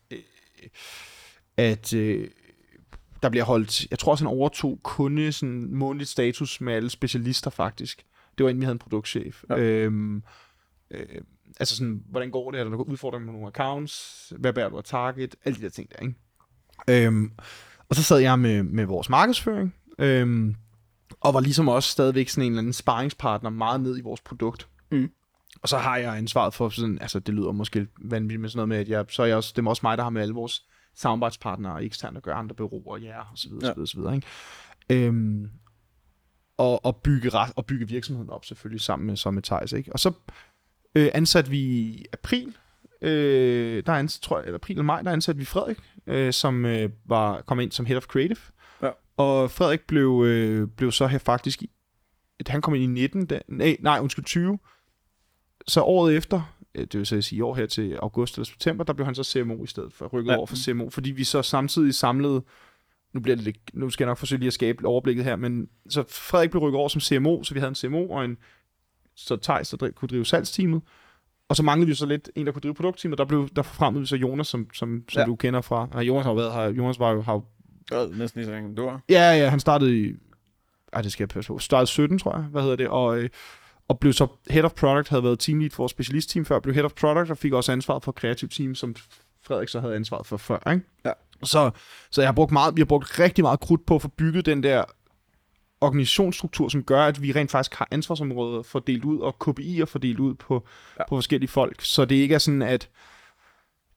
at der bliver holdt, jeg tror også han overtog kunde sådan månedligt status med alle specialister faktisk. Det var inden vi havde en produktchef. Ja. Altså sådan, hvordan går det? Er der nogle udfordringer med nogle accounts? Hvad bærer du af target? Alle de der ting der, ikke? Og så sad jeg med vores markedsføring, og var ligesom også stadigvæk sådan en eller anden sparringspartner meget ned i vores produkt. Og så har jeg ansvaret for sådan, altså det lyder måske vanvittigt med sådan noget med, at det er også mig, der har med alle vores samarbejdspartnere og eksterne, der gør andre bureauer, og så videre, ikke? Og bygge virksomheden op selvfølgelig sammen med Theis, ikke? Og så ansatte vi i april, april eller maj, der ansatte vi Frederik, som kom ind som Head of Creative. Ja. Og Frederik blev så her faktisk, han kom ind i 20. Så året efter, det vil sige i år her til august eller september, der blev han så CMO i stedet for, rykket over for CMO, fordi vi så samtidig samlede, nu skal jeg nok forsøge lige at skabe overblikket her, men så Frederik blev rykket over som CMO, så vi havde en CMO og så Theis, der kunne drive salgsteamet, og så manglede vi så lidt en, der kunne drive produktteamet, der forfremmede vi så Jonas, som du kender fra, Jonas har været her, Jonas var jo næsten lige så længe du var. Ja, han startede i, det skal jeg passe på, startede 17, tror jeg, og blev så Head of Product, havde været teamlead for vores specialistteam før, blev Head of Product og fik også ansvaret for kreativt team, som Frederik så havde ansvaret for før, ikke? Ja. Så vi har brugt rigtig meget krudt på at få bygget den der organisationsstruktur, som gør, at vi rent faktisk har ansvarsområder fordelt ud, og KPI'er fordelt ud på forskellige folk, så det ikke er sådan,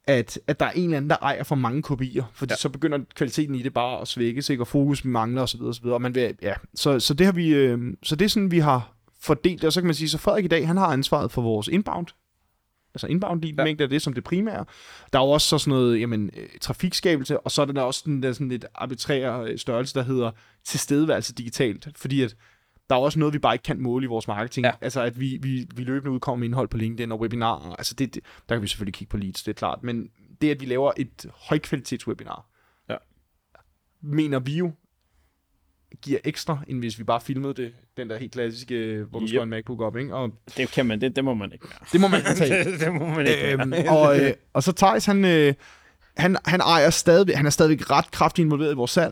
at der er en eller anden, der ejer for mange kopier, fordi så begynder kvaliteten i det bare at svækkes, ikke? Og fokus mangler osv. Og man vil, så det har vi, så det er sådan, vi har fordelt det, og så kan man sige, så Frederik i dag, han har ansvaret for vores inbound, altså inbound-mængde af det som det primære. Der er jo også sådan noget, trafikskabelse, og så er der også sådan lidt arbitrære størrelse, der hedder tilstedeværelse digitalt, fordi at der er også noget, vi bare ikke kan måle i vores marketing. Ja. Altså, at vi løbende udkommer med indhold på LinkedIn og webinarer. Altså, der kan vi selvfølgelig kigge på leads, det er klart. Men det, at vi laver et højkvalitetswebinar, mener vi jo, giver ekstra, end hvis vi bare filmede det. Den der helt klassiske, hvor du slår en MacBook op, ikke? Og det kan man, det må man ikke gøre. Det må man ikke tage. Det må man ikke og så Theis, han ejer stadigvæk, han er stadigvæk ret kraftigt involveret i vores salg.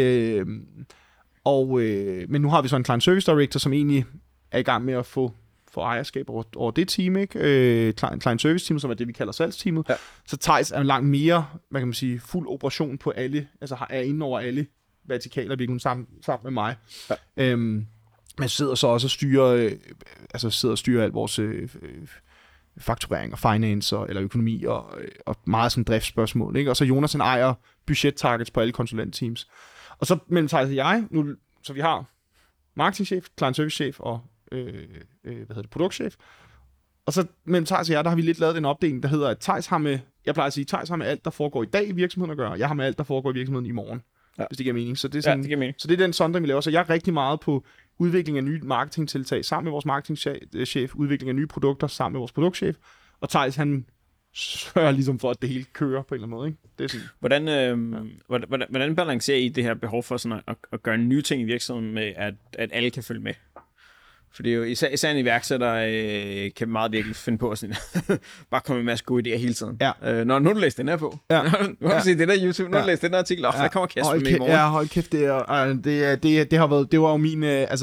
Men nu har vi så en client service director, som egentlig er i gang med at få ejerskab over det team, ikke? Client service team, som er det, vi kalder salgsteamet. Ja. Så Theis er langt mere, hvad kan man sige, fuld operation på alle, altså er inde over alle vertikaler, vi kun sammen med mig. Ja. Man sidder så også og styrer alt vores fakturering og finance eller økonomi og meget sådan driftsspørgsmål, ikke? Og så Jonas, han ejer budget-targets på alle konsulentteams. Og så mellem Theis og jeg, nu, så vi har marketingchef, client service chef og produktchef. Og så mellem Theis og jeg, der har vi lidt lavet en opdeling, der hedder, at Theis har med, jeg plejer at sige, Theis har med alt, der foregår i dag i virksomheden at gøre, jeg har med alt, der foregår i virksomheden i morgen, hvis det giver mening. Så det er sådan, det giver mening. Så det er den sondring, vi laver. Så jeg er rigtig meget på udvikling af nye marketingtiltag sammen med vores marketingchef, udvikling af nye produkter sammen med vores produktchef, og Theis, han sørger ligesom for, at det hele kører på en eller anden måde, ikke? Det er sådan. Hvordan balancerer I det her behov for sådan at gøre nye ting i virksomheden med, at alle kan følge med? For det er jo især en iværksætter kan meget virkelig finde på at sådan, bare komme med en masse gode idéer hele tiden. Ja. Nu har du læst den her på. Ja. Nu har du set den der YouTube, nu har du læst den der artikel. Der kommer Kasper med i morgen. Ja, hold kæft, det har været, det var jo min,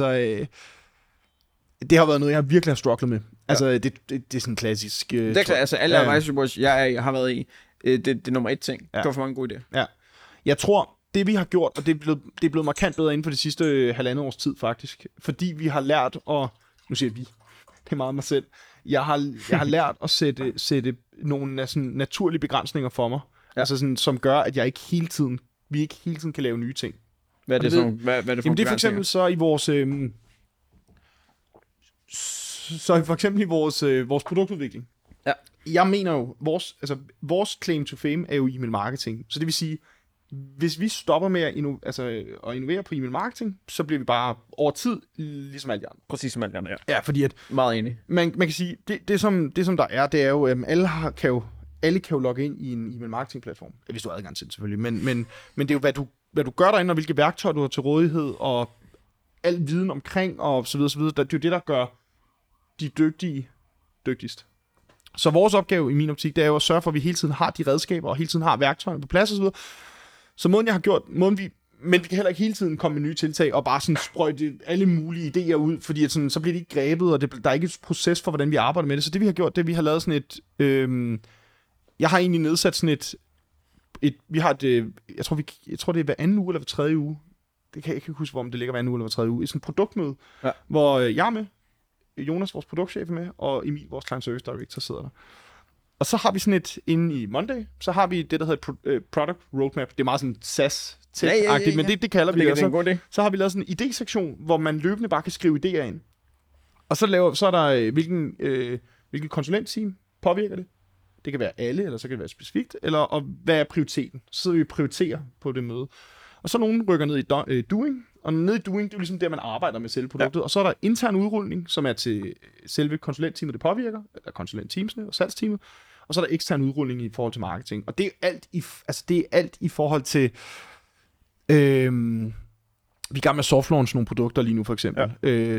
det har været noget, jeg virkelig har strugglet med. Altså, det er sådan klassisk. Det er klart, altså alle advisory jeg har været i, det er nummer 1 ting. Det var for mange gode idéer. Ja. Jeg tror, det vi har gjort, og det er blevet markant bedre inden for de sidste halvandet års tid faktisk, fordi vi har lært at, nu siger vi, det er meget mig selv, jeg har lært at sætte nogle sådan naturlige begrænsninger for mig, altså sådan, som gør, at vi ikke hele tiden kan lave nye ting. Hvad er det, hvad er det for? Jamen det er for eksempel så i vores vores produktudvikling. Ja. Jeg mener jo, vores claim to fame er jo e-mail marketing. Så det vil sige, hvis vi stopper med at innovere på e-mail marketing, så bliver vi bare over tid ligesom alle de andre. Præcis som alle de andre, ja. Ja, fordi at meget enig. Man kan sige, det som der er, det er jo, alle kan jo logge ind i en e-mail marketing platform. Hvis du har adgang til det selvfølgelig. Men det er jo, hvad du gør derinde, og hvilke værktøjer du har til rådighed, og al viden omkring, og så videre, så videre. Det er jo det, der gør de dygtige dygtigst. Så vores opgave i min optik, det er jo at sørge for, at vi hele tiden har de redskaber, og hele tiden har værktøjerne på plads og så videre. Så måden jeg har gjort, men vi kan heller ikke hele tiden komme med nye tiltag, og bare sådan sprøjte alle mulige idéer ud, fordi at sådan, så bliver de ikke grebet, og der er ikke et proces for, hvordan vi arbejder med det. Så det vi har gjort, det er, at vi har lavet sådan et, jeg har egentlig nedsat sådan vi har et, jeg tror det er hver anden uge, eller hver tredje uge, jeg kan ikke huske, om det ligger hver anden uge, eller hver tredje uge, i sådan et produktmøde, hvor jeg er med, Jonas, vores produktchef, er med, og Emil, vores client service director, sidder der. Og så har vi sådan et, inde i Monday, så har vi det, der hedder Product Roadmap. Det er meget sådan SAS-tech-agtigt, men det kalder vi det. Så har vi lavet sådan en idésektion, hvor man løbende bare kan skrive idéer ind. Og så er der, hvilket konsulentteam påvirker det. Det kan være alle, eller så kan det være specifikt, og hvad er prioriteten? Så sidder vi og prioriterer på det møde. Og så nogen rykker ned i doing, og ned i doing, det er jo ligesom der, man arbejder med selve produktet. Ja. Og så er der intern udrulning, som er til selve konsulentteamet, det påvirker, eller konsulentteamsene og salgsteamet. Og så er der ekstern udrulning i forhold til marketing. Og det er alt i forhold til, vi er i gang med softlaunch nogle produkter lige nu, for eksempel,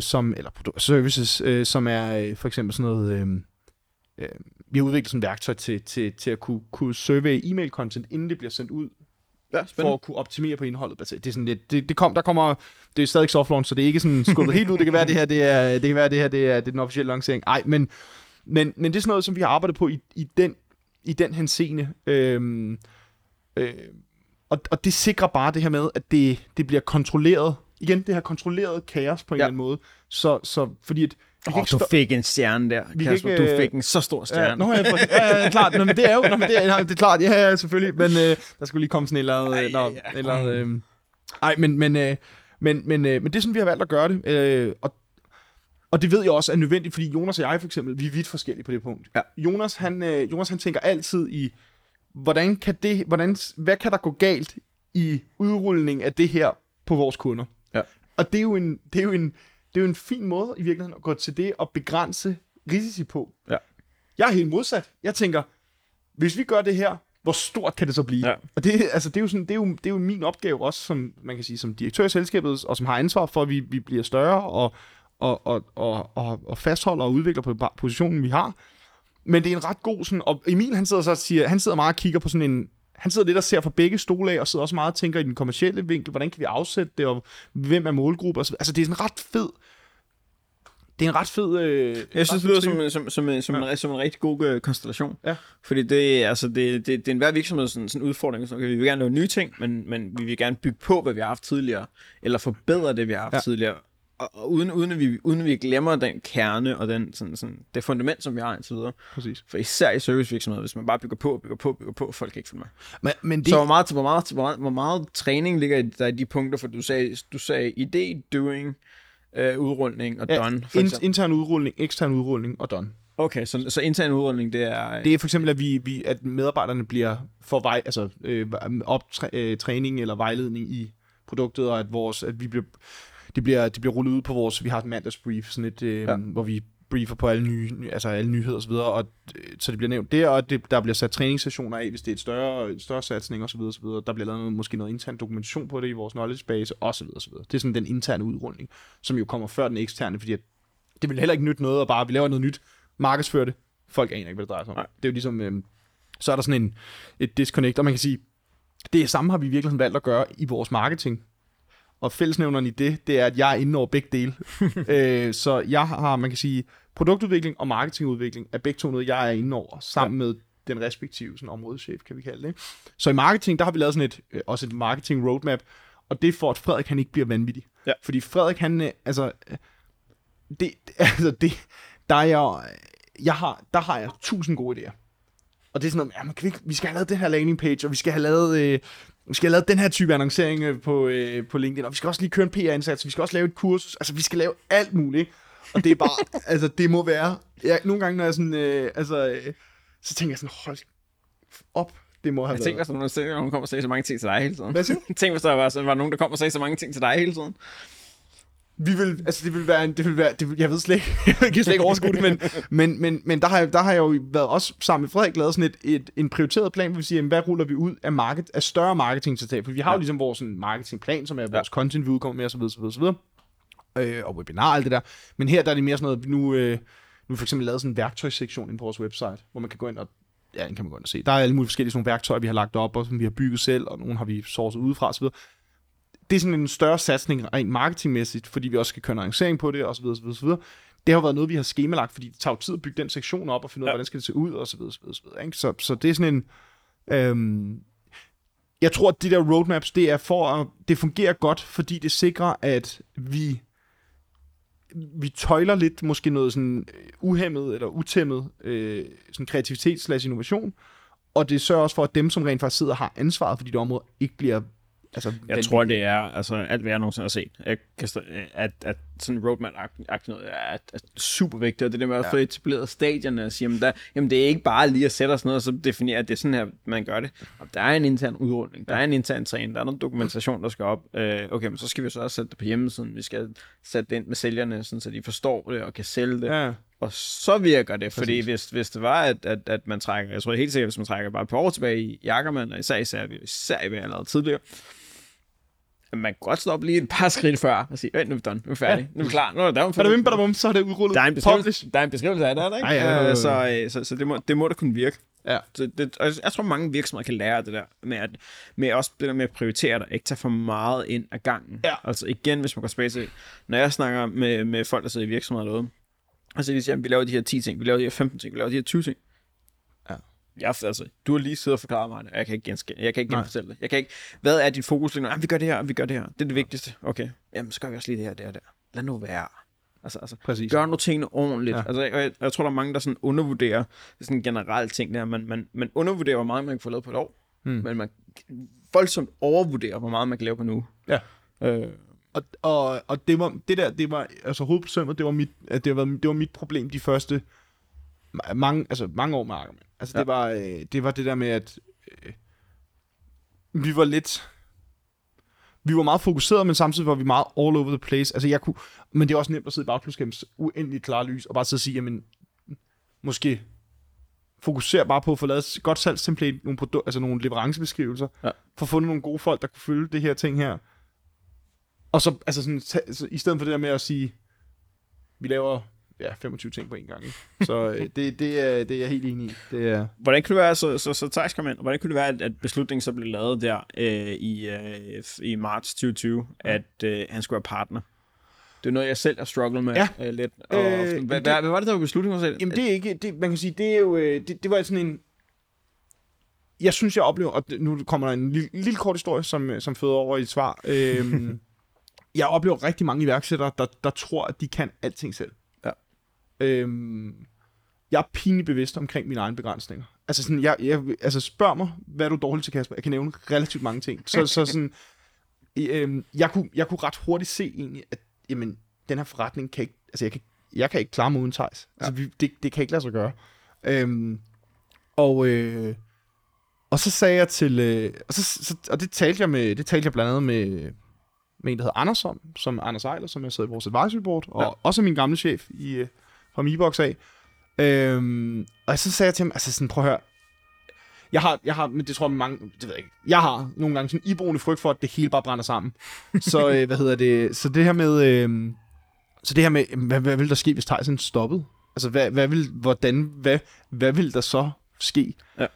services, som er for eksempel sådan noget, vi har udviklet sådan et værktøj til at kunne survey e-mail content, inden det bliver sendt ud. Ja, for at kunne optimere på indholdet. Det er sådan lidt, det er stadig soft launch, så det er ikke sådan skubbet helt ud. Det kan være det er den officielle lancering. Nej, men det er sådan noget, som vi har arbejdet på i den henseende. Og det sikrer bare det her med, at det bliver kontrolleret igen, det her kontrolleret kaos på en eller anden måde. Så fordi at... Du fik en stjerne der, Kasper. Du fik en så stor stjerne. Ja, klart. Nå, men det er jo... det er klart, ja, selvfølgelig. Men der skulle lige komme sådan et eller andet... Men det er sådan, vi har valgt at gøre det. Og det ved jeg også er nødvendigt, fordi Jonas og jeg for eksempel, vi er vidt forskellige på det punkt. Ja. Jonas, han tænker altid i, hvad kan der gå galt i udrulning af det her på vores kunder? Ja. Og det er jo en fin måde i virkeligheden at gå til det og begrænse risici på. Ja. Jeg er helt modsat. Jeg tænker, hvis vi gør det her, hvor stort kan det så blive? Ja. Og det er jo min opgave også, som man kan sige, som direktør i selskabet, og som har ansvar for, at vi bliver større og fastholder og udvikler på positionen, vi har. Men det er en ret god sådan, og Emil, han sidder meget og kigger på sådan en, han sidder lidt og ser fra begge stole af, og sidder også meget og tænker i den kommercielle vinkel, hvordan kan vi afsætte det, og hvem er målgruppe, og så. Altså det er sådan ret fed. Det er en ret fed... jeg synes, det lyder som en rigtig god konstellation. Ja. Fordi det er en hver virksomhed sådan en udfordring. Så vi vil gerne lave nye ting, men vi vil gerne bygge på, hvad vi har haft tidligere, eller forbedre det, vi har haft tidligere. Og uden vi glemmer den kerne og den sådan det fundament, som vi har indtil videre. Præcis. For især i servicevirksomheder, hvis man bare bygger på, folk kan ikke følge med. Men det... Så hvor meget træning ligger der i de punkter, for du sagde idé, doing, udrulning og done. Intern udrulning, ekstern udrulning og done. Okay, så intern udrulning, det er... Det er for eksempel, at medarbejderne bliver træning eller vejledning i produktet, og at vi bliver... Det bliver rullet ud på vores... Vi har et mandagsbrief, sådan et, hvor vi briefer på alle nyheder og så videre, og så det bliver nævnt der, og der bliver sat træningssessioner af, hvis det er et større satsning og så videre, og så videre. Der bliver lavet måske noget intern dokumentation på det i vores knowledge base og så videre, og så videre. Det er sådan den interne udrulning, som jo kommer før den eksterne, fordi det vil heller ikke nytte noget, og bare vi laver noget nyt, markedsfører det. Folk aner ikke, hvad det drejer sig om. Nej. Det er jo ligesom... så er der sådan et disconnect, og man kan sige, det samme har vi virkelig valgt at gøre i vores marketing. Og fællesnævneren i det er, at jeg er inde over begge dele. Så jeg har, man kan sige, produktudvikling og marketingudvikling er begge to noget, jeg er inde over, sammen med den respektive sådan, områdeschef, kan vi kalde det. Så i marketing, der har vi lavet sådan også et marketing roadmap, og det er for, at Frederik han ikke bliver vanvittig. Ja. Fordi Frederik, han, der har jeg 1000 gode idéer. Og det er sådan noget, vi skal have lavet den her landing page, og vi skal have lavet den her type annoncering på LinkedIn, og vi skal også lige køre en PR-indsats, vi skal også lave et kursus, altså vi skal lave alt muligt, og det er bare, altså det må være, nogle gange når jeg sådan, så tænker jeg sådan, hold op, det må have været. Jeg tænker, hvis nogen kommer og sagde så mange ting til dig hele tiden. Hvad siger du? Tænk, hvis der var nogen, der kom og sagde så mange ting til dig hele tiden. Jeg ved slet ikke, jeg kan slet ikke overskue det, men der har jeg jo været også sammen med Frederik lavet sådan en prioriteret plan, hvor vi siger, hvad ruller vi ud af større marketingtiltag, for vi har jo ligesom vores sådan, marketingplan, som er vores content, vi udkommer med, og så videre, og webinar og alt det der, men her der er det mere sådan noget, nu for eksempel lavet sådan en værktøjssektion inde på vores website, hvor man kan gå ind og den kan man gå ind og se. Der er alle mulige forskellige sådan værktøjer, vi har lagt op, og som vi har bygget selv, og nogle har vi sourcet udefra, og så videre. Det er sådan en større satsning rent marketingmæssigt, fordi vi også skal køre en annoncering på det, og så videre, så videre. Det har været noget, vi har skemalagt, fordi det tager jo tid at bygge den sektion op, og finde ud af, hvordan skal det se ud, og så videre, så videre, ikke? Så det er sådan en... jeg tror, at de der roadmaps, det er for at... Det fungerer godt, fordi det sikrer, at vi tøjler lidt måske noget sådan uhæmmet eller utæmmet sådan kreativitet/innovation, og det sørger også for, at dem, som rent faktisk sidder og har ansvaret for de områder, ikke bliver... Jeg tror, det er alt, hvad jeg nogensinde har set. At sådan en roadmap-agtigt noget er super vigtigt, og det der med at få etableret stadierne og sige, jamen det er ikke bare lige at sætte os ned og så definere, at det er sådan her, man gør det. Og der er en intern udrulning, der er en intern træning, der er noget dokumentation, der skal op. Okay, men så skal vi så også sætte det på hjemmesiden. Vi skal sætte det ind med sælgerne, sådan, så de forstår det og kan sælge det. Ja. Og så virker det, fordi hvis det var, at man trækker, jeg tror helt sikkert, hvis man trækker bare et par år tilbage i Jackermann, og især i hvad jeg lavede tidligere, man kan godt stoppe lige et par skridt før og sige, nu er vi done, nu er vi færdige, nu er vi klar, nu er der så er det udrullet. Der er en beskrivelse af det, ikke? Så det må da kunne virke. Ja. Jeg tror, mange virksomheder kan lære det der, med også det der med at prioritere dig, ikke tage for meget ind ad gangen. Ja. Altså igen, hvis man går tilbage til, når jeg snakker med folk, der sidder i virksomheder derude, og så de siger, vi laver de her 10 ting, vi laver de her 15 ting, vi laver de her 20 ting. Ja. du har lige siddet og forklaret mig det, og jeg kan ikke genfortælle det. Jeg kan ikke, hvad er dit fokus lige nu? Jamen, vi gør det her, vi gør det her. Det er det vigtigste. Okay, jamen, så gør vi også lige det her, det her, der. Lad nu være. Altså gør nogle tingene ordentligt. Ja. Altså, jeg tror, der er mange, der sådan undervurderer sådan en generel ting der. Man undervurderer, hvor meget man kan få lavet på et år, men man voldsomt overvurderer, hvor meget man kan lave på en uge. Ja. Og det var altså hovedproblemet, det var mit problem de første mange år med Ackermann. Altså det var det der med at vi var meget fokuseret, men samtidig var vi meget all over the place. Altså men det er også nemt at sidde i bagkludskabens uendeligt klare lys og bare sidde og sige, jamen måske fokusere bare på at få lavet et godt salgstemplate, nogle leverancebeskrivelser, for at få nogle gode folk, der kunne følge det her ting her. Og så, altså sådan, i stedet for det der med at sige, vi laver 25 ting på en gang. Ikke? Så det er jeg helt enig i. Det er... Hvordan kunne det være, så Theis kom ind, hvordan kunne det være, at beslutningen så blev lavet der i marts 2020, at han skulle være partner? Det er noget, jeg selv har strugglet med lidt. Hvad var det, der var beslutningen selv? Jamen det er ikke, man kan sige, det er jo, det var sådan en, jeg synes, jeg oplever, og nu kommer der en lille kort historie, som føder over i et svar. Jeg oplever rigtig mange iværksættere, der tror, at de kan alting selv. Ja. Jeg er pinligt bevidst omkring mine egne begrænsninger. Altså sådan, spørg mig, hvad er du dårlig til, Kasper? Jeg kan nævne relativt mange ting. Så sådan, jeg kunne ret hurtigt se egentlig, at jamen, den her forretning kan ikke, altså jeg kan ikke klare mig uden Theis. Ja. Altså, det kan ikke lade sig gøre. Og så sagde jeg til, og det talte jeg blandt andet med en, der hedder Anders som Anders Eiler, som jeg sidder i vores advisory board, og også min gamle chef fra Mibox af. Og så sagde jeg til ham, altså sådan, prøv at høre, jeg har, men det tror jeg mange, det ved jeg ikke, jeg har nogle gange sådan en iboende frygt for, at det hele bare brænder sammen. Så så det her med, hvad vil der ske, hvis Theis stoppede? Altså, hvad vil der så ske? Ja.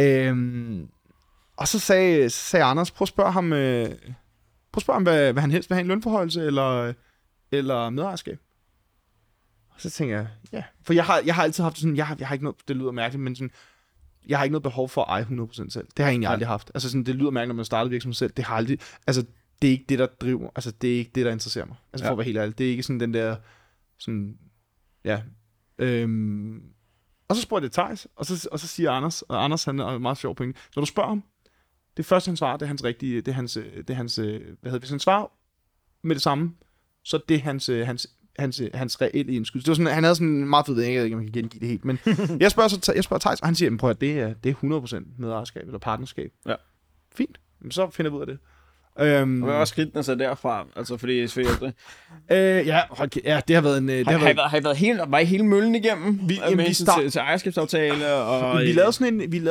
Og så sagde Anders, prøv at spørge ham, hvad han helst vil have, en lønforhøjelse eller medejerskab. Og så tænker jeg, ja. For jeg har altid haft sådan, jeg har ikke noget, det lyder mærkeligt, men sådan, jeg har ikke noget behov for at eje 100% selv. Det har jeg egentlig aldrig haft. Altså sådan, det lyder mærkeligt, når man starter virksomhed selv. Det har aldrig, altså det er ikke det, der driver, altså det er ikke det, der interesserer mig. Altså for at være helt ærlig, det er ikke sådan den der, sådan, ja. Og så spurgte jeg Theis, og så siger Anders, og Anders han er en meget sjov pointe. Når du spørger ham, det første han svarer, det er hans rigtige, det er hans, hvis han svarer med det samme, så er det hans reelle indskud. Det var sådan, han havde sådan en meget fed, jeg ved ikke, om man kan gengive det helt, men jeg spørger Theis, og han siger, prøv at det er 100% medejerskab eller partnerskab. Ja. Fint, så finder vi ud af det. Og hvad var skridtene så derfra? Altså fordi det har været en... Var I hele møllen igennem? Til ejerskabsaftale? Og Vi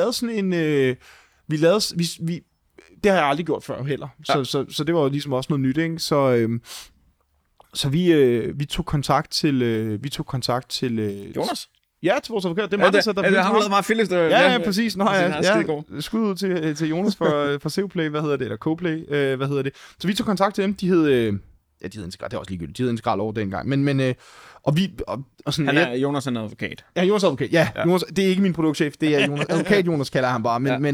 det har jeg aldrig gjort før heller. Ja. Så det var jo ligesom også noget nyt, ikke? Så vi tog kontakt til Jonas? Ja, til vores advokat. Det er mig, der har lavet meget fælles. Ja, præcis. Skud ud til Jonas fra Sevplay, eller Coplay, Så vi tog kontakt til dem. De hed Integral, det er også ligegyldigt. De hed Integral over dengang. Men sådan, Jonas er en advokat. Ja, Jonas er advokat. Ja. Jonas, det er ikke min produktchef. Det er Jonas. Advokat Jonas kalder han bare. Men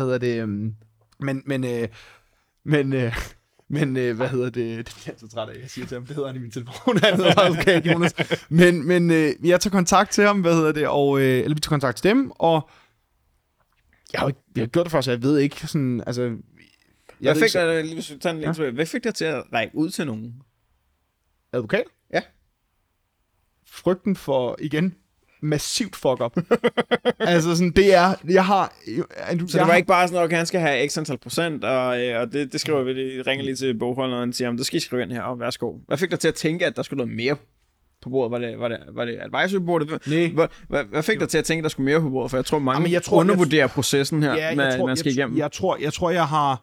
det er jeg så træt af, jeg siger til ham, det hedder han i min telefon, han hedder advokat Jonas. Men jeg tager kontakt til ham, eller vi tager kontakt til dem, og jeg har gjort det for, så jeg ved ikke sådan, altså... Hvad fik dig til at række ud til nogen? Advokat? Ja. Frygten for, igen, massivt fuck-up. Altså sådan, det er, Så det var ikke bare sådan, okay, han skal have x antal procent, og det skriver vi, det ringer lige til bogholderen og siger, du skal skrive ind her, og værsgo. Hvad fik dig til at tænke, at der skulle noget mere på bordet? Var det advisory-bordet? Nej. Hvad fik dig til at tænke, at der skulle mere på bordet? For jeg tror, mange undervurderer processen her, man skal igennem. Jeg tror, jeg har...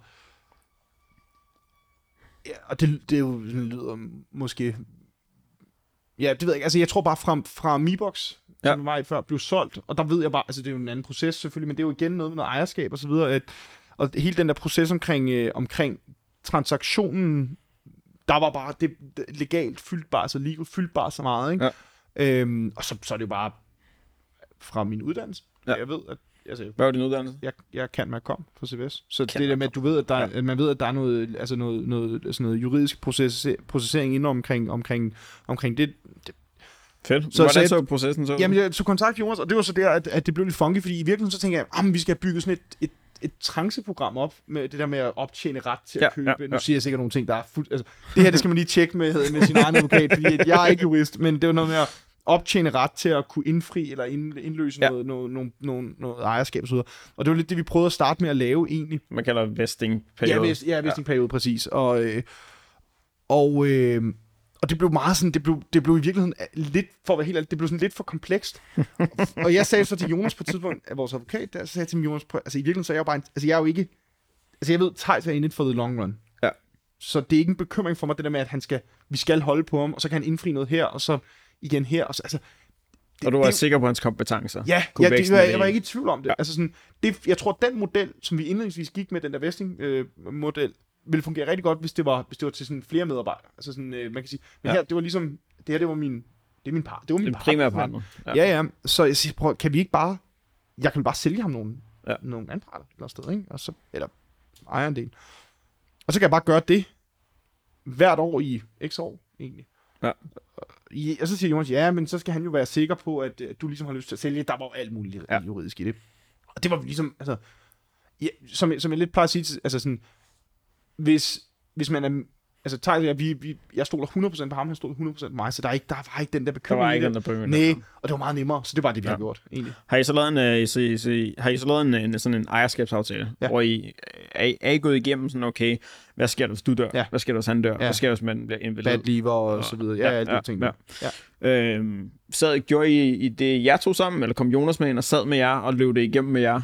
Ja, og det lyder måske... Ja, det ved jeg ikke. Altså, jeg tror bare fra Mibox, som var i før, blev solgt, og der ved jeg bare, altså det er jo en anden proces selvfølgelig, men det er jo igen noget med noget ejerskab og så videre, og hele den der proces omkring transaktionen, der var bare det legalt fyldt bare, så meget, ikke? Ja. Og så er det jo bare fra min uddannelse, Ja. Jeg ved, at altså, hvad var din uddannelse? Jeg kan kom på CBS. Så det der med, at du ved, at man ved, at der er noget, altså noget juridisk processering inden omkring det. Fedt. Hvordan så processen så? Jamen, jeg tog kontakt Jonas, og det var så der, at det blev lidt funky, fordi i virkeligheden så tænker jeg, vi skal bygge sådan et tranceprogram op med det der med at optjene ret til at købe. Nu siger jeg sikkert nogle ting, der er fuldt... Altså, det her, det skal man lige tjekke med sin egen advokat, fordi jeg er ikke jurist, men det var noget med at optjene ret til at kunne indfri eller indløse noget ejerskab og så videre. Og det var lidt det, vi prøvede at starte med at lave egentlig. Man kalder vesting-periode. Ja, vesting-periode, præcis. Og det blev meget sådan, det blev i virkeligheden lidt, for at være helt ærlig, det blev sådan lidt for komplekst. Og jeg sagde så til Jonas på et tidspunkt, at vores advokat, der sagde til Jonas, altså i virkeligheden så er jeg jo bare, jeg er jo ikke, altså jeg ved, Theis er in it for the long run. Ja. Så det er ikke en bekymring for mig, det der med, at vi skal holde på ham, og så kan han indfri noget her, og så igen her, og så, altså... Og du var sikker på hans kompetencer? Ja, jeg var ikke i tvivl om det. Ja. Altså sådan, jeg tror, den model, som vi indledningsvis gik med, den der vesting-model, ville fungere rigtig godt, hvis det var til sådan flere medarbejdere. Altså sådan, man kan sige, men her, det var ligesom, det var min partner. Det var min primære partner. Ja. Så jeg siger, prøv, kan vi ikke bare, jeg kan bare sælge ham nogle anparter et eller andet sted, ikke? Og så, eller ejer en del. Og så kan jeg bare gøre det hvert år i x år, egentlig. Ja. Og så siger Jonas, men så skal han jo være sikker på, at du ligesom har lyst til at sælge. Der var jo alt muligt juridisk i det. Og det var ligesom, altså, som jeg lidt plejer at sige, altså sådan, hvis man er, altså jeg stoler 100% på ham, han stoler 100% på mig, så der var ikke den der bekymring. Der var ikke den. Nej, og det var meget nemmere, så det var det, vi har gjort, egentlig. Har I så lavet en sådan en ejerskabsaftale, hvor I er gået igennem sådan, okay, hvad sker der, hvis du dør? Ja. Hvad sker der, hvis han dør? Hvad sker der, hvis man bliver invalid? Bad lever og så videre. Gjorde I det, jer to sammen, eller kom Jonas med ind og sad med jer og løb det igennem med jer?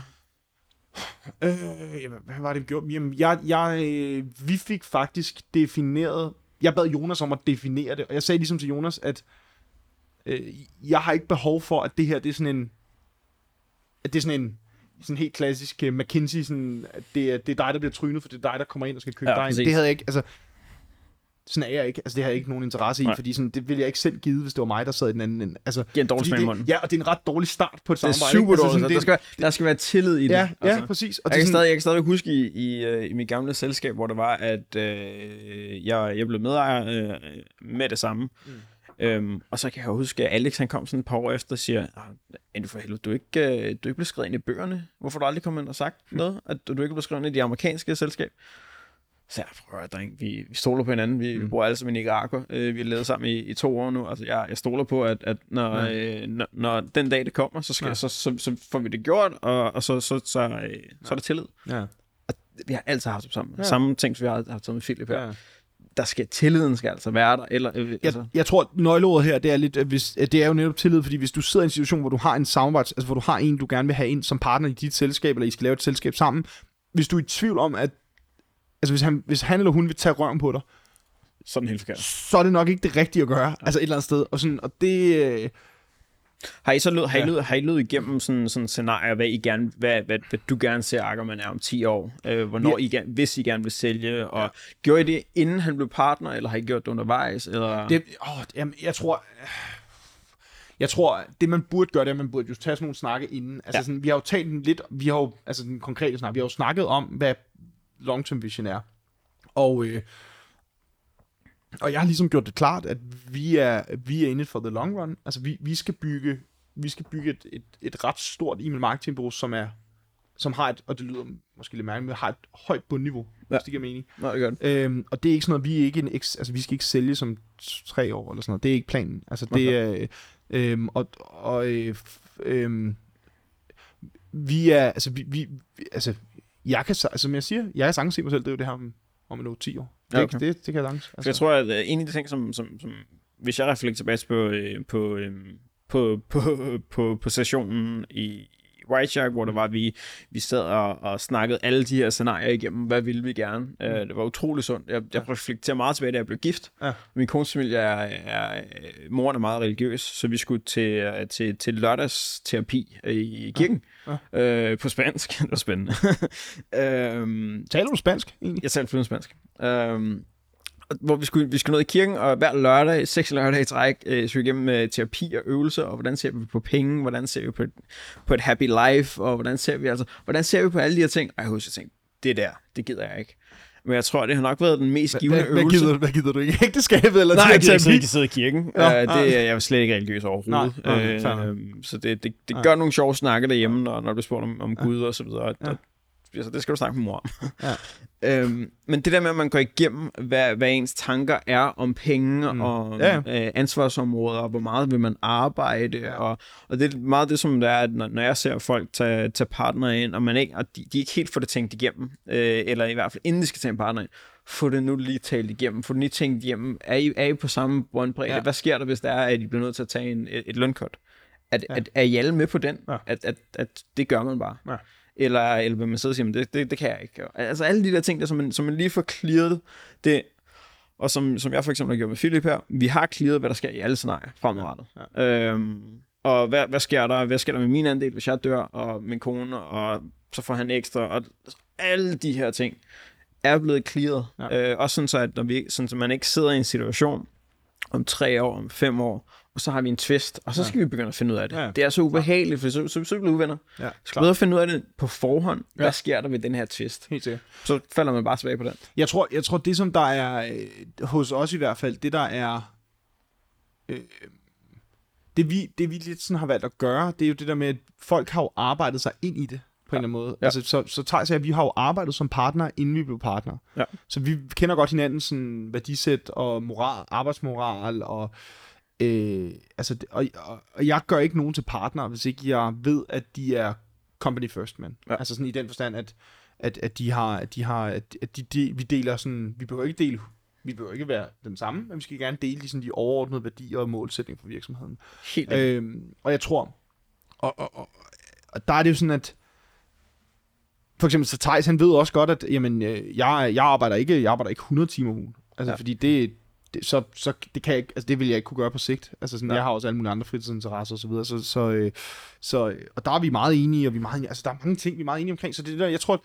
Hvad var det, vi gjorde? Jamen, vi fik faktisk defineret... Jeg bad Jonas om at definere det, og jeg sagde ligesom til Jonas, at jeg har ikke behov for, at det her, det er sådan en... At det er sådan en helt klassisk McKinsey, sådan, at det er dig, der bliver trynet, for det er dig, der kommer ind og skal købe dig. Det havde jeg ikke... Altså, sådan er jeg ikke. Altså, det har jeg ikke nogen interesse i, fordi sådan, det ville jeg ikke selv give, hvis det var mig, der sad i den anden ende. Altså, det er en dårlig smag i munden. Ja, og det er en ret dårlig start på et samarbejde. Det er super dårligt. Altså, der skal være tillid i det. Ja, altså. Præcis. Og jeg kan stadig huske i mit gamle selskab, hvor det var, at jeg blev medejer med det samme. Og så kan jeg huske, at Alex han kom sådan et par år efter og siger, Andy, for helvede, du er ikke blevet skrevet ind i bøgerne. Hvorfor har du aldrig kommet ind og sagt noget? At du ikke blev skrevet ind i de amerikanske selskab? Så jeg dreng, vi stoler på hinanden. Vi bor alle sammen i Nicaragua. Vi har levet sammen i 2 år nu. Altså, jeg stoler på, at når den dag det kommer, så får vi det gjort, og så er der tillid. Ja. Og vi har altid haft det sammen. Ja. Samme ting, som vi har haft med Philip her. Ja. Tilliden skal altså være der. Eller, jeg tror, nøgleordet her, det er lidt, det er jo netop tillid, fordi hvis du sidder i en situation, hvor du har en samarbejde, altså hvor du har en, du gerne vil have ind som partner i dit selskab, eller I skal lave et selskab sammen, hvis du er i tvivl om, at altså hvis han eller hun vil tage røven på dig, sådan helt forkert, så er det nok ikke det rigtige at gøre, altså et eller andet sted, og det... Har I løbet igennem sådan scenarier, hvad du gerne ser Ackermann er om 10 år, hvornår hvis I gerne vil sælge, og gjorde I det, inden han blev partner, eller har I gjort det undervejs? Eller? Jeg tror, det man burde gøre, det er, at man burde jo tage sådan nogle snakke inden. Altså sådan, vi har jo talt lidt, altså den konkrete snak, vi har jo snakket om, hvad long-term vision er. Og jeg har ligesom gjort det klart, at vi er in it for the long run. Altså vi skal bygge et ret stort email marketing bureau, som har et, og det lyder måske lidt mærkeligt, men har et højt bundniveau, hvis det giver mening. Nå, det gør det. Og det er ikke sådan noget, vi skal ikke sælge som 3 år eller sådan noget. Det er ikke planen. Altså det er vi er altså jeg kan, som jeg siger, jeg kan sagtens se mig selv, det er jo det her om 10 år. Det kan jeg sagtens. Altså. Jeg tror, at en af de ting, som hvis jeg reflekterer tilbage på sessionen i White Shark, hvor der var, vi sad og snakkede alle de her scenarier igennem, hvad ville vi gerne. Det var utrolig sundt. Jeg reflekterer meget tilbage, da jeg blev gift. Ja. Min kones familie moren er meget religiøs, så vi skulle til lørdagsterapi i kirken. Ja. På spansk. Det var spændende. Taler du spansk egentlig? Jeg taler flydende spansk. hvor vi skulle ned i kirken, og hver lørdag, 6 lørdage i træk, skulle vi igennem terapi og øvelser, og hvordan ser vi på penge, hvordan ser vi på et happy life, og hvordan ser vi på alle de her ting. Og jeg husker, jeg tænkte, det gider jeg ikke. Men jeg tror, det har nok været den mest givende øvelse. Hvad gider du ikke? Ægteskabet eller nej, til jeg ikke sidde i kirken. Jeg er slet ikke religiøs overhovedet. Så det gør nogle sjove snakke derhjemme, når du bliver spurgt om Gud og så videre. Så det skal du snakke med mor om. Men det der med, at man går igennem, hvad ens tanker er om penge og ansvarsområder, og hvor meget vil man arbejde, og det er meget det, som det er, at når jeg ser folk tage partner ind, og de ikke helt får det tænkt igennem, eller i hvert fald inden de skal tage en partner ind, få det nu lige talt igennem, få det lige tænkt igennem, er I på samme båndbredde? Ja. Hvad sker der, hvis det er, at I bliver nødt til at tage et lønkort? Er I alle med på den? At det gør man bare? Ja. Eller vil man sidde og sige, det kan jeg ikke. Altså alle de der ting, der, som man lige får clearet det, og som jeg for eksempel har gjort med Philip her, vi har clearet, hvad der sker i alle scenarier fremadrettet. Ja. Og hvad sker der med min andel, hvis jeg dør, og min kone, og så får han ekstra, og alle de her ting er blevet clearet. Ja. Også sådan så, at man ikke sidder i en situation om 3 år, om 5 år, og så har vi en twist, og så skal vi begynde at finde ud af det. Ja. Det er så ubehageligt, for så bliver vi uvenner. Ja, skal vi finde ud af det på forhånd? Hvad sker der ved den her twist? Helt sikkert. Så falder man bare tilbage på den. Jeg tror det som der er, hos os i hvert fald, det der er, det vi lidt sådan har valgt at gøre, det er jo det der med, at folk har jo arbejdet sig ind i det, på en eller anden måde. Ja. Altså, så Theis og vi har jo arbejdet som partner, inden vi blev partner. Ja. Så vi kender godt hinanden sådan værdisæt og moral, arbejdsmoral og og jeg gør ikke nogen til partner, hvis ikke jeg ved, at de er company first, man. Ja. Altså sådan i den forstand, vi deler sådan, vi behøver ikke være den samme, men vi skal gerne dele de overordnede værdier og målsætninger for virksomheden. Helt og jeg tror, og der er det jo sådan, at for eksempel så Theis, han ved også godt, at jamen, jeg arbejder ikke 100 timer om ugen. Altså fordi det kan jeg ikke, altså det vil jeg ikke kunne gøre på sigt. Altså sådan, jeg har også alle mulige andre fritidsinteresser og så videre. Så og der er vi meget enige, og altså der er mange ting vi er meget enige omkring. Så det der, jeg tror, at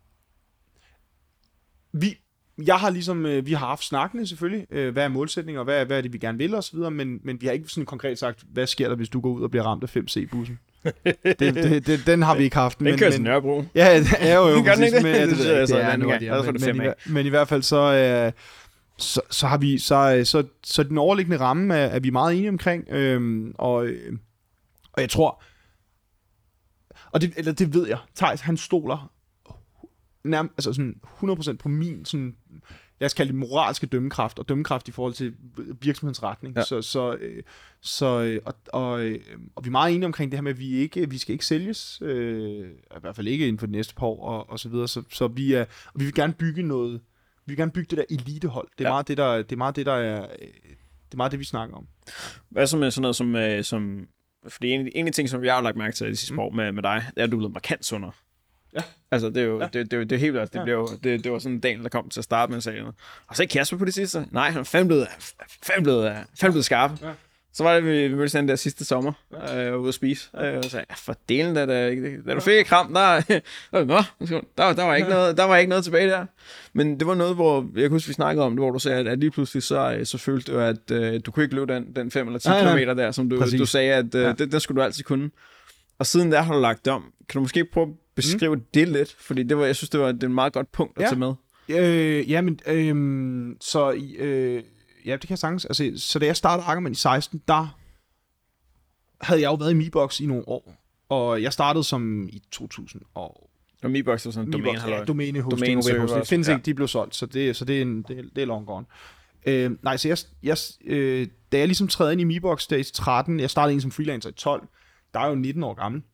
vi har haft snakkene selvfølgelig, hvad er målsætninger, og hvad er det vi gerne vil og så videre, men vi har ikke sådan konkret sagt, hvad sker der hvis du går ud og bliver ramt af 5C-bussen. Den har vi ikke haft. Den kører til Nørrebro. Ja, det er jo præcis. Men i hvert fald så har vi så den overliggende ramme er vi meget enige omkring, og jeg tror, og det ved jeg, Theis, han stoler nærmest, altså sådan 100% på min sådan, lad os kalde det moralske dømmekraft, og dømmekraft i forhold til virksomhedens retning. Ja. Og vi er meget enige omkring det her med, at vi skal ikke sælges, i hvert fald ikke inden for de næste par år og så videre. Så vi vil gerne bygge noget. Vi vil gerne bygge det der elitehold. Det er meget det vi snakker om. Hvad så med sådan noget som fordi en af de ting, som jeg har lagt mærke til de sidste år med dig, det er, at du er blevet markant sundere. Ja. Altså det er jo det er helt altså, det var sådan en dag, der kom til at starte med, og sagde, og så ikke Kasper på det sidste. Nej, han er fandme blevet skarp. Ja. Så var det, vi mødtes den der sidste sommer, ude at spise, og sagde, for delen, da du fik et kram, der var ikke noget tilbage der. Men det var noget, hvor, jeg kan huske, vi snakkede om det, hvor du sagde, at lige pludselig så følte du, at du kunne ikke løbe den 5 eller 10 kilometer der, som du sagde, at den skulle du altid kunne. Og siden der har du lagt om. Kan du måske prøve at beskrive det lidt? Fordi jeg synes, det er et meget godt punkt at tage med. Ja, det kan jeg sagtens. Altså, så da jeg startede Ackermann i 16, der havde jeg jo været i MeBox i nogle år. Og jeg startede som i 2000 og MeBox er sådan en domæne-hosting. Det findes ikke, de blev solgt, så det er long gone. Nej, så da jeg ligesom træder ind i MeBox der i 13, jeg startede ind som freelancer i 12, der er jo 19 år gammel.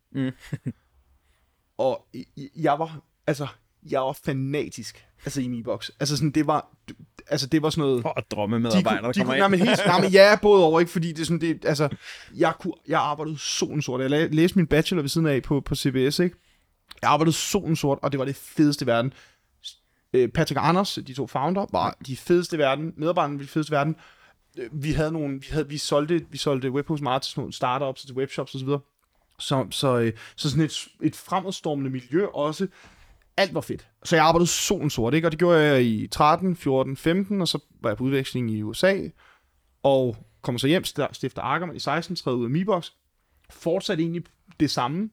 Og jeg var fanatisk i MeBox. Altså sådan, det var sådan noget... For at drømme medarbejdere, der kommer ind. Ja, både over, ikke? Fordi det er sådan, jeg arbejdede solen sort. Jeg læste min bachelor ved siden af på CBS, ikke? Jeg arbejdede solen sort, og det var det fedeste i verden. Patrick og Anders, de 2 founder, var de fedeste i verden. Medarbejderne var de fedeste i verden. Vi solgte Webhus meget til sådan nogle startups, til webshops og så videre. Så sådan et fremadstormende miljø også. alt var fedt. Så jeg arbejdede solen sort, ikke? Og det gjorde jeg i 13, 14, 15, og så var jeg på udveksling i USA, og kommer så hjem, stifter Ackermann i 16, træder ud af MiBox, fortsatte egentlig det samme.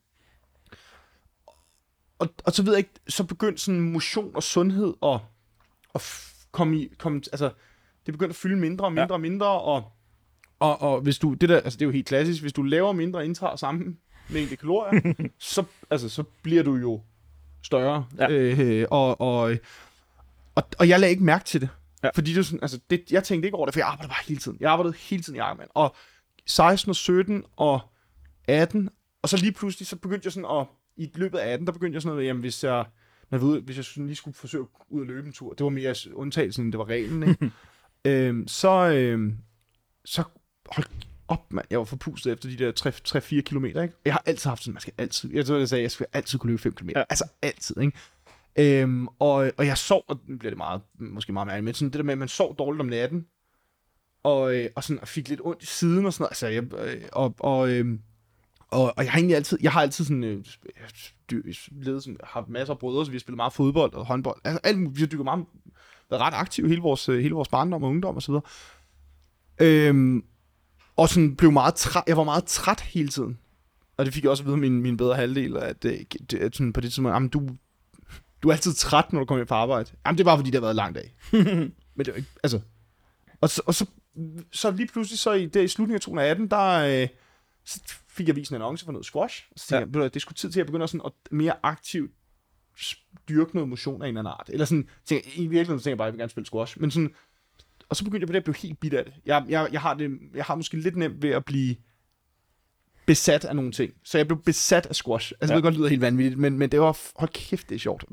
Og så ved jeg ikke, så begyndte sådan motion og sundhed og komme altså, det begyndte at fylde mindre og mindre og mindre, og hvis du, det er jo helt klassisk, hvis du laver mindre indtag sammen mængde kalorier, så bliver du jo større. Ja. Og jeg lagde ikke mærke til det. Ja. Fordi det, sådan, altså, jeg tænkte ikke over det, for jeg arbejdede bare hele tiden. Jeg arbejdede hele tiden i Ackermann. Og 16 og 17 og 18, og så lige pludselig, så begyndte jeg sådan at, i løbet af 18, der begyndte jeg sådan noget, jamen hvis jeg sådan lige skulle forsøge ud at løbe en tur, det var mere undtagelsen, end det var reglen, ikke? Så hold op, mand. Jeg var forpustet efter de der 3-4 kilometer, ikke? Jeg har altid haft sådan, jeg skal altid kunne løbe 5 kilometer. Ja. Altså altid, ikke? Og jeg sov, og nu bliver det måske meget mærkeligt, men sådan det der med, at man sov dårligt om natten, og sådan og fik lidt ondt i siden og sådan noget. Altså, og jeg har altid sådan haft masser af brødre, så vi har spillet meget fodbold og håndbold. Altså alt muligt. Vi har været ret aktive hele vores barndom og ungdom og så videre. Og sådan blev meget træt. Jeg var meget træt hele tiden. Og det fik jeg også at vide af min bedre halvdel, at sådan på det tidspunkt, du er altid træt, når du kommer hjem på arbejde. Jamen, det er bare fordi, det har været en lang dag. Men det var ikke, altså. Og så lige pludselig, så i slutningen af 2018, der så fik jeg vist en annonce for noget squash. Så tænkte jeg, det skulle tid til at begynde at mere aktivt dyrke noget motion af en eller anden art. Eller sådan, i virkeligheden tænker jeg bare, at jeg vil gerne spille squash. Men sådan, og så begyndte jeg på det at blive helt bidt af det. Jeg har måske lidt nemt ved at blive besat af nogle ting. Så jeg blev besat af squash. Altså, jeg ved godt, det lyder helt vanvittigt, men det var, hold kæft, det er sjovt.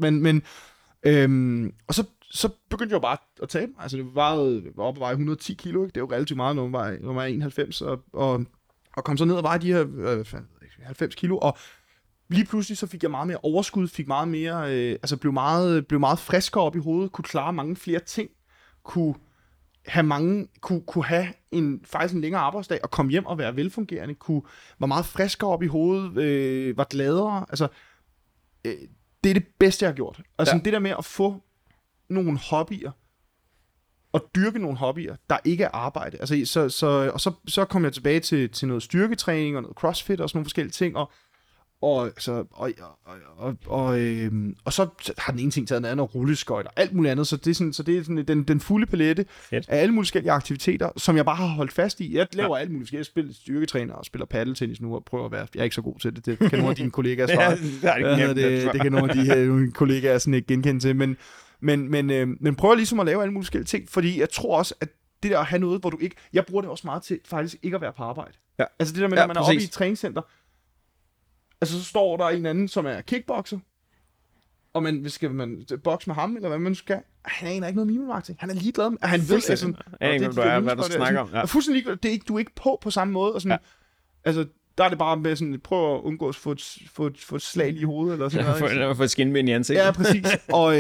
Og så begyndte jeg jo bare at tabe. Altså, det var oppe og veje 110 kilo, ikke? Det er jo relativt meget, når man var 91, og kom så ned og veje de her 90 kilo, og lige pludselig så fik jeg meget mere overskud, fik meget mere, blev meget friskere op i hovedet, kunne klare mange flere ting, kunne have faktisk en længere arbejdsdag, og komme hjem og være velfungerende, var meget friskere op i hovedet, var gladere, altså, det er det bedste, jeg har gjort. Altså, det der med at få nogle hobbyer, og dyrke nogle hobbyer, der ikke er arbejde. Altså, så kom jeg tilbage til noget styrketræning, og noget crossfit, og sådan nogle forskellige ting, og så har den ene ting taget den anden, og rulleskøjter, og alt muligt andet, så det er sådan den fulde palette af alle mulige forskellige aktiviteter, som jeg bare har holdt fast i. Jeg laver alt muligt. Jeg spiller styrketræner og spiller paddeltennis nu, og prøver at være, jeg er ikke så god til det, det kan nogle af dine kollegaer svare. Det kan nogle af de kollegaer sådan ikke genkende til, men prøver ligesom at lave alle mulige forskellige ting, fordi jeg tror også, at det der at have noget, hvor du ikke, jeg bruger det også meget til faktisk ikke at være på arbejde. Ja. Altså det der med, når man er oppe i et træningscenter, altså så står der en anden, som er kickboxer, og skal man bokse med ham, eller hvad man skal, han aner ikke noget mime-marketing. Han er ligeglad med, han ved sådan, hvad du snakker om. Ja. Fuldstændig ligeglad, du er ikke på samme måde, og sådan, altså, der er det bare med sådan, prøv at undgå at få et slag i hovedet, eller sådan noget. Få et skinben i ansigtet. Ja, præcis. Og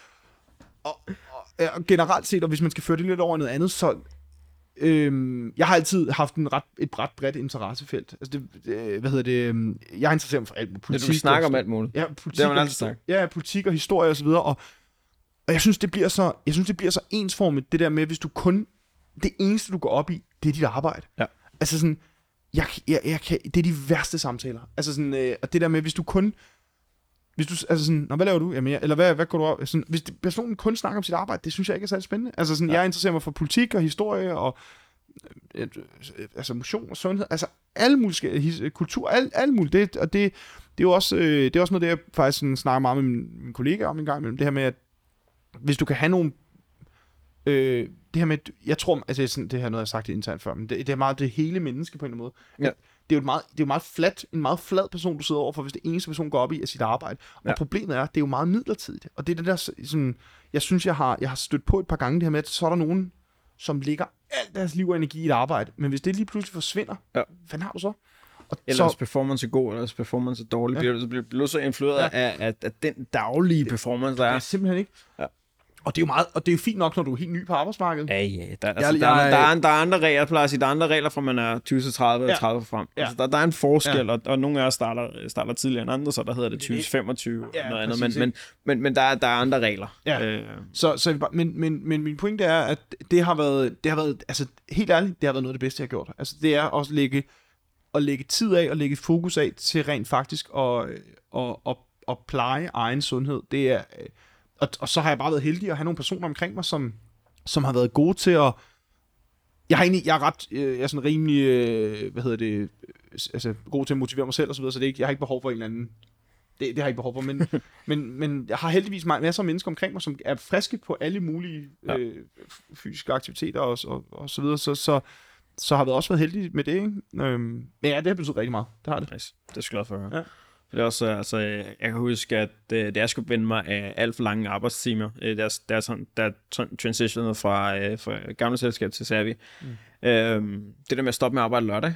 generelt set, og hvis man skal føre det lidt over noget andet, så jeg har altid haft et ret bredt interessefelt. Altså jeg interesserer mig for alt muligt. Politik, du snakker om alt muligt. Ja, politik, det har man altid sagt. Ja, politik og historie og så videre, og jeg synes det bliver så ensformigt, det der med, hvis du kun det eneste du går op i, det er dit arbejde. Ja. Altså sådan jeg kan, det er de værste samtaler. Altså sådan og det der med, hvis du altså sådan, hvad laver du? Jamen, eller hvad går du op? Sådan, hvis personen kun snakker om sit arbejde, det synes jeg ikke er særlig spændende. Altså sådan, jeg interesserer mig for politik og historie og altså motion og sundhed, altså alle mulige kultur, alt muligt. Det er jo også noget, det jeg faktisk sådan, snakker meget med mine kollegaer om en gang imellem. Det her med, at hvis du kan have nogle det her med, jeg tror, altså sådan, det her noget, jeg har sagt det internt før, men det er meget det hele menneske på en eller anden måde. Ja. Det er jo en meget flad person, du sidder overfor, hvis det eneste person går op i er sit arbejde. Og problemet er, det er jo meget midlertidigt. Og det er det der, sådan, jeg synes, jeg har stødt på et par gange det her med, at så er der nogen, som lægger alt deres liv og energi i et arbejde. Men hvis det lige pludselig forsvinder, hvad har du så? Eller hvis performance er god, eller hvis performance er dårlig, bliver du så influeret af den daglige performance, der er. Det er simpelthen ikke. Ja. Og det er jo meget, og det er jo fint nok, når du er helt ny på arbejdsmarkedet. Ja. Der er andre regler, plejer der er andre regler, fra man er 20-30 og 30 frem. Ja. Altså, der er en forskel, og nogle af os starter tidligere end andre, så der hedder det 20-25 og noget andet. Men der er andre regler. Ja. Men min pointe er, at det har været, altså helt ærligt, det har været noget af det bedste, jeg har gjort. Altså det er også at lægge tid af og lægge fokus af til rent faktisk at pleje egen sundhed. Det er og så har jeg bare været heldig at have nogle personer omkring mig, som har været gode til at... Jeg er sådan rimelig, altså god til at motivere mig selv og så videre, så det er ikke, jeg har ikke behov for en eller anden... Det har jeg ikke behov for, men jeg har heldigvis masser af mennesker omkring mig, som er friske på alle mulige fysiske aktiviteter og så videre, så har jeg også været heldig med det, ikke? Men ja, det har betydet rigtig meget. Det har det. Nice. Det er jeg glad for at høre. Ja. Det er også, altså, jeg kan huske, at da jeg skulle vende mig af alt for lange arbejdstimer, der transitionede fra gamle selskab til Savi. Det der med at stoppe med at arbejde lørdag,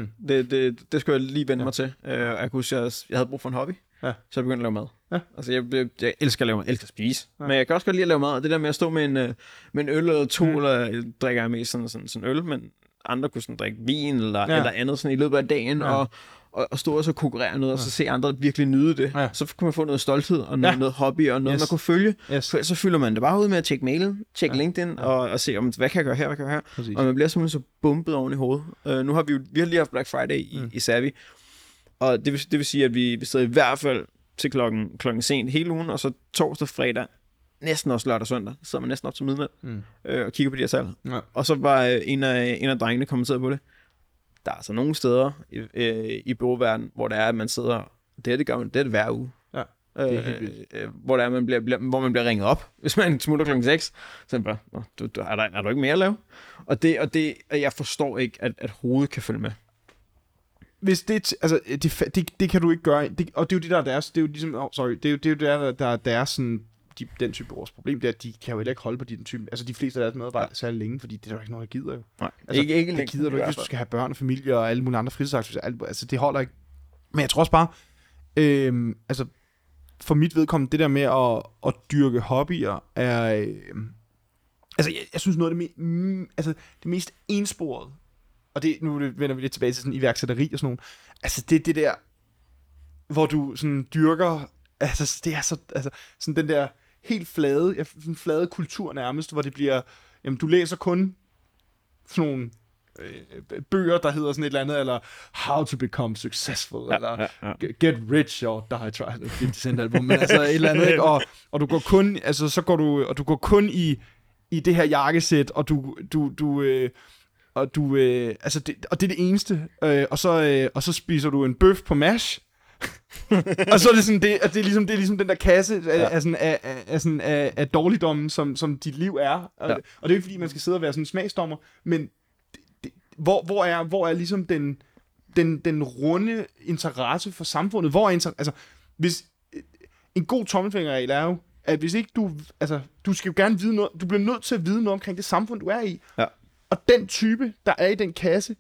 det skulle jeg lige vende mig til. Jeg kan huske, at jeg havde brug for en hobby, så jeg begyndte at lave mad. Ja. Altså, jeg elsker at lave mad, jeg elsker at spise, men jeg kan også godt lide at lave mad, og det der med at stå med en øl eller to, eller drikker jeg mest sådan øl, men andre kunne sådan drikke vin eller andet sådan i løbet af dagen, og stå og så konkurrere noget, og så se andre virkelig nyde det. Ja. Så kunne man få noget stolthed, og noget hobby, og noget, man kunne følge. Så fylder man det bare ud med at tjekke mailen, tjekke LinkedIn, og se, hvad kan jeg gøre her, hvad kan jeg gøre her. Præcis. Og man bliver simpelthen så bumpet oven i hovedet. Nu har vi har lige haft Black Friday i Savi, og det vil sige, at vi sidder i hvert fald til klokken sent hele ugen, og så torsdag, fredag, næsten også lørdag og søndag, så sidder man næsten op til midnat, og kigger på de her salg. Ja. Og så var en af drengene kommenteret på det. Der er altså nogle steder i bureauverdenen, hvor det er, at man sidder... Det gør man, det er det hver uge. Ja, hvor man bliver ringet op, hvis man smutter klokken 6. Så er bare, er du ikke mere at lave? Og jeg forstår ikke, at hovedet kan følge med. Hvis det kan du ikke gøre. Og det er jo det, der er deres... Det er jo ligesom... det er jo der er sådan... Den type vores problem, det er, at de kan jo heller ikke holde på den type... Altså, de fleste af deres medarbejdere særlig længe, fordi det er jo ikke nogen, der gider jo. Nej, altså, ikke det gider du ikke, hvis du skal have børn og familie og alle mulige andre fritidsaktiviteter. Altså, det holder ikke. Men jeg tror også bare... altså, for mit vedkommende, det der med at dyrke hobbyer er... altså, jeg synes noget af det mest ensporede, og nu vender vi lidt tilbage til sådan iværksætteri og sådan noget. Altså, det er det der, hvor du sådan dyrker... Altså, det er så... Altså, sådan den der... helt flade kultur nærmest, hvor det bliver, jamen du læser kun sådan nogle bøger, der hedder sådan et eller andet, eller How to Become Successful, eller Get Rich, or Die Trying, 50 Cent album, men altså et eller andet, ikke? Og du går kun, altså så går du, og du går kun i det her jakkesæt, og altså det, og det er det eneste, og så spiser du en bøf på mash, og så er det sådan det er ligesom den der kasse af dårligdommen som dit liv er. Og det er ikke fordi man skal sidde og være sådan en smagsdommer, men hvor er ligesom den runde interesse for samfundet? Altså hvis en god tommelfingerregel er jo, at hvis ikke du skal jo gerne vide noget, du bliver nødt til at vide noget omkring det samfund du er i. Ja. Og den type der er i den kasse,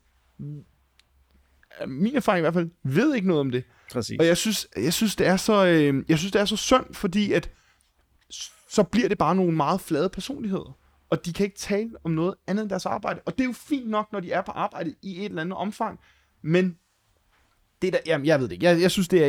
min erfaring i hvert fald, ved ikke noget om det. Præcis. Og jeg synes det er så synd, fordi at så bliver det bare nogle meget flade personligheder, og de kan ikke tale om noget andet end deres arbejde. Og det er jo fint nok, når de er på arbejde i et eller andet omfang, men det der, jamen jeg ved det ikke. Jeg synes det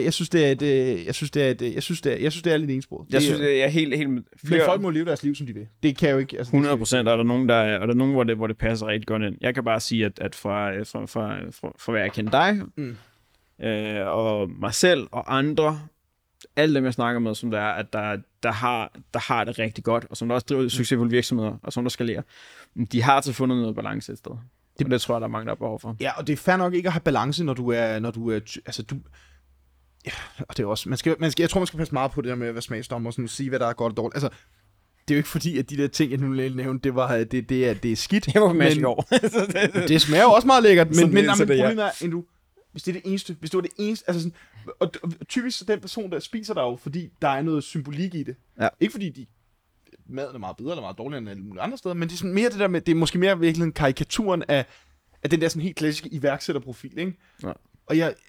er lidt ensporet. Jeg synes det er helt men folk må leve deres liv som de vil. Det kan jo ikke. Altså, 100%. Er der nogen hvor det passer rigtig godt ind. Jeg kan bare sige at fra hvad jeg kender dig, og mig selv og andre, alle dem jeg snakker med, som der er, at der har det rigtig godt, og som der også driver succesfulde virksomheder, og som der skalerer, de har til fundet noget balance et sted. Det tror jeg, der er mange, der har behov for. Ja, og det er fair nok ikke at have balance, når du er altså du... Ja, og det er også... jeg tror, man skal passe meget på det der med at være smagsdommer, og sådan sige, hvad der er godt og dårligt. Altså, det er jo ikke fordi, at de der ting, jeg nu nævnte, det er skidt. Det var for i går. Det smager jo også meget lækkert, men problemet er, hvis det var det eneste, altså sådan, og typisk så den person, der spiser der jo, fordi der er noget symbolik i det. Ja. Ikke fordi maden er meget bedre eller meget dårligere end alle andre steder, men det er sådan mere det der med, det er måske mere virkelig karikaturen af den der sådan helt klassiske iværksætterprofil, ikke? Ja. Og jeg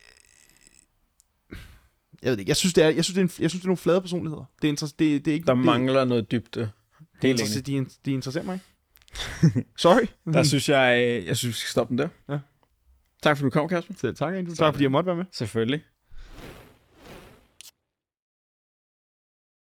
ved ikke, jeg synes det er nogle flade personligheder. Det er ikke der mangler noget dybde. De interesserer mig ikke. Sorry. Der synes jeg synes, vi skal stoppe den der. Ja. Tak fordi du kom, Kasper. Tak, tak fordi jeg måtte være med. Selvfølgelig.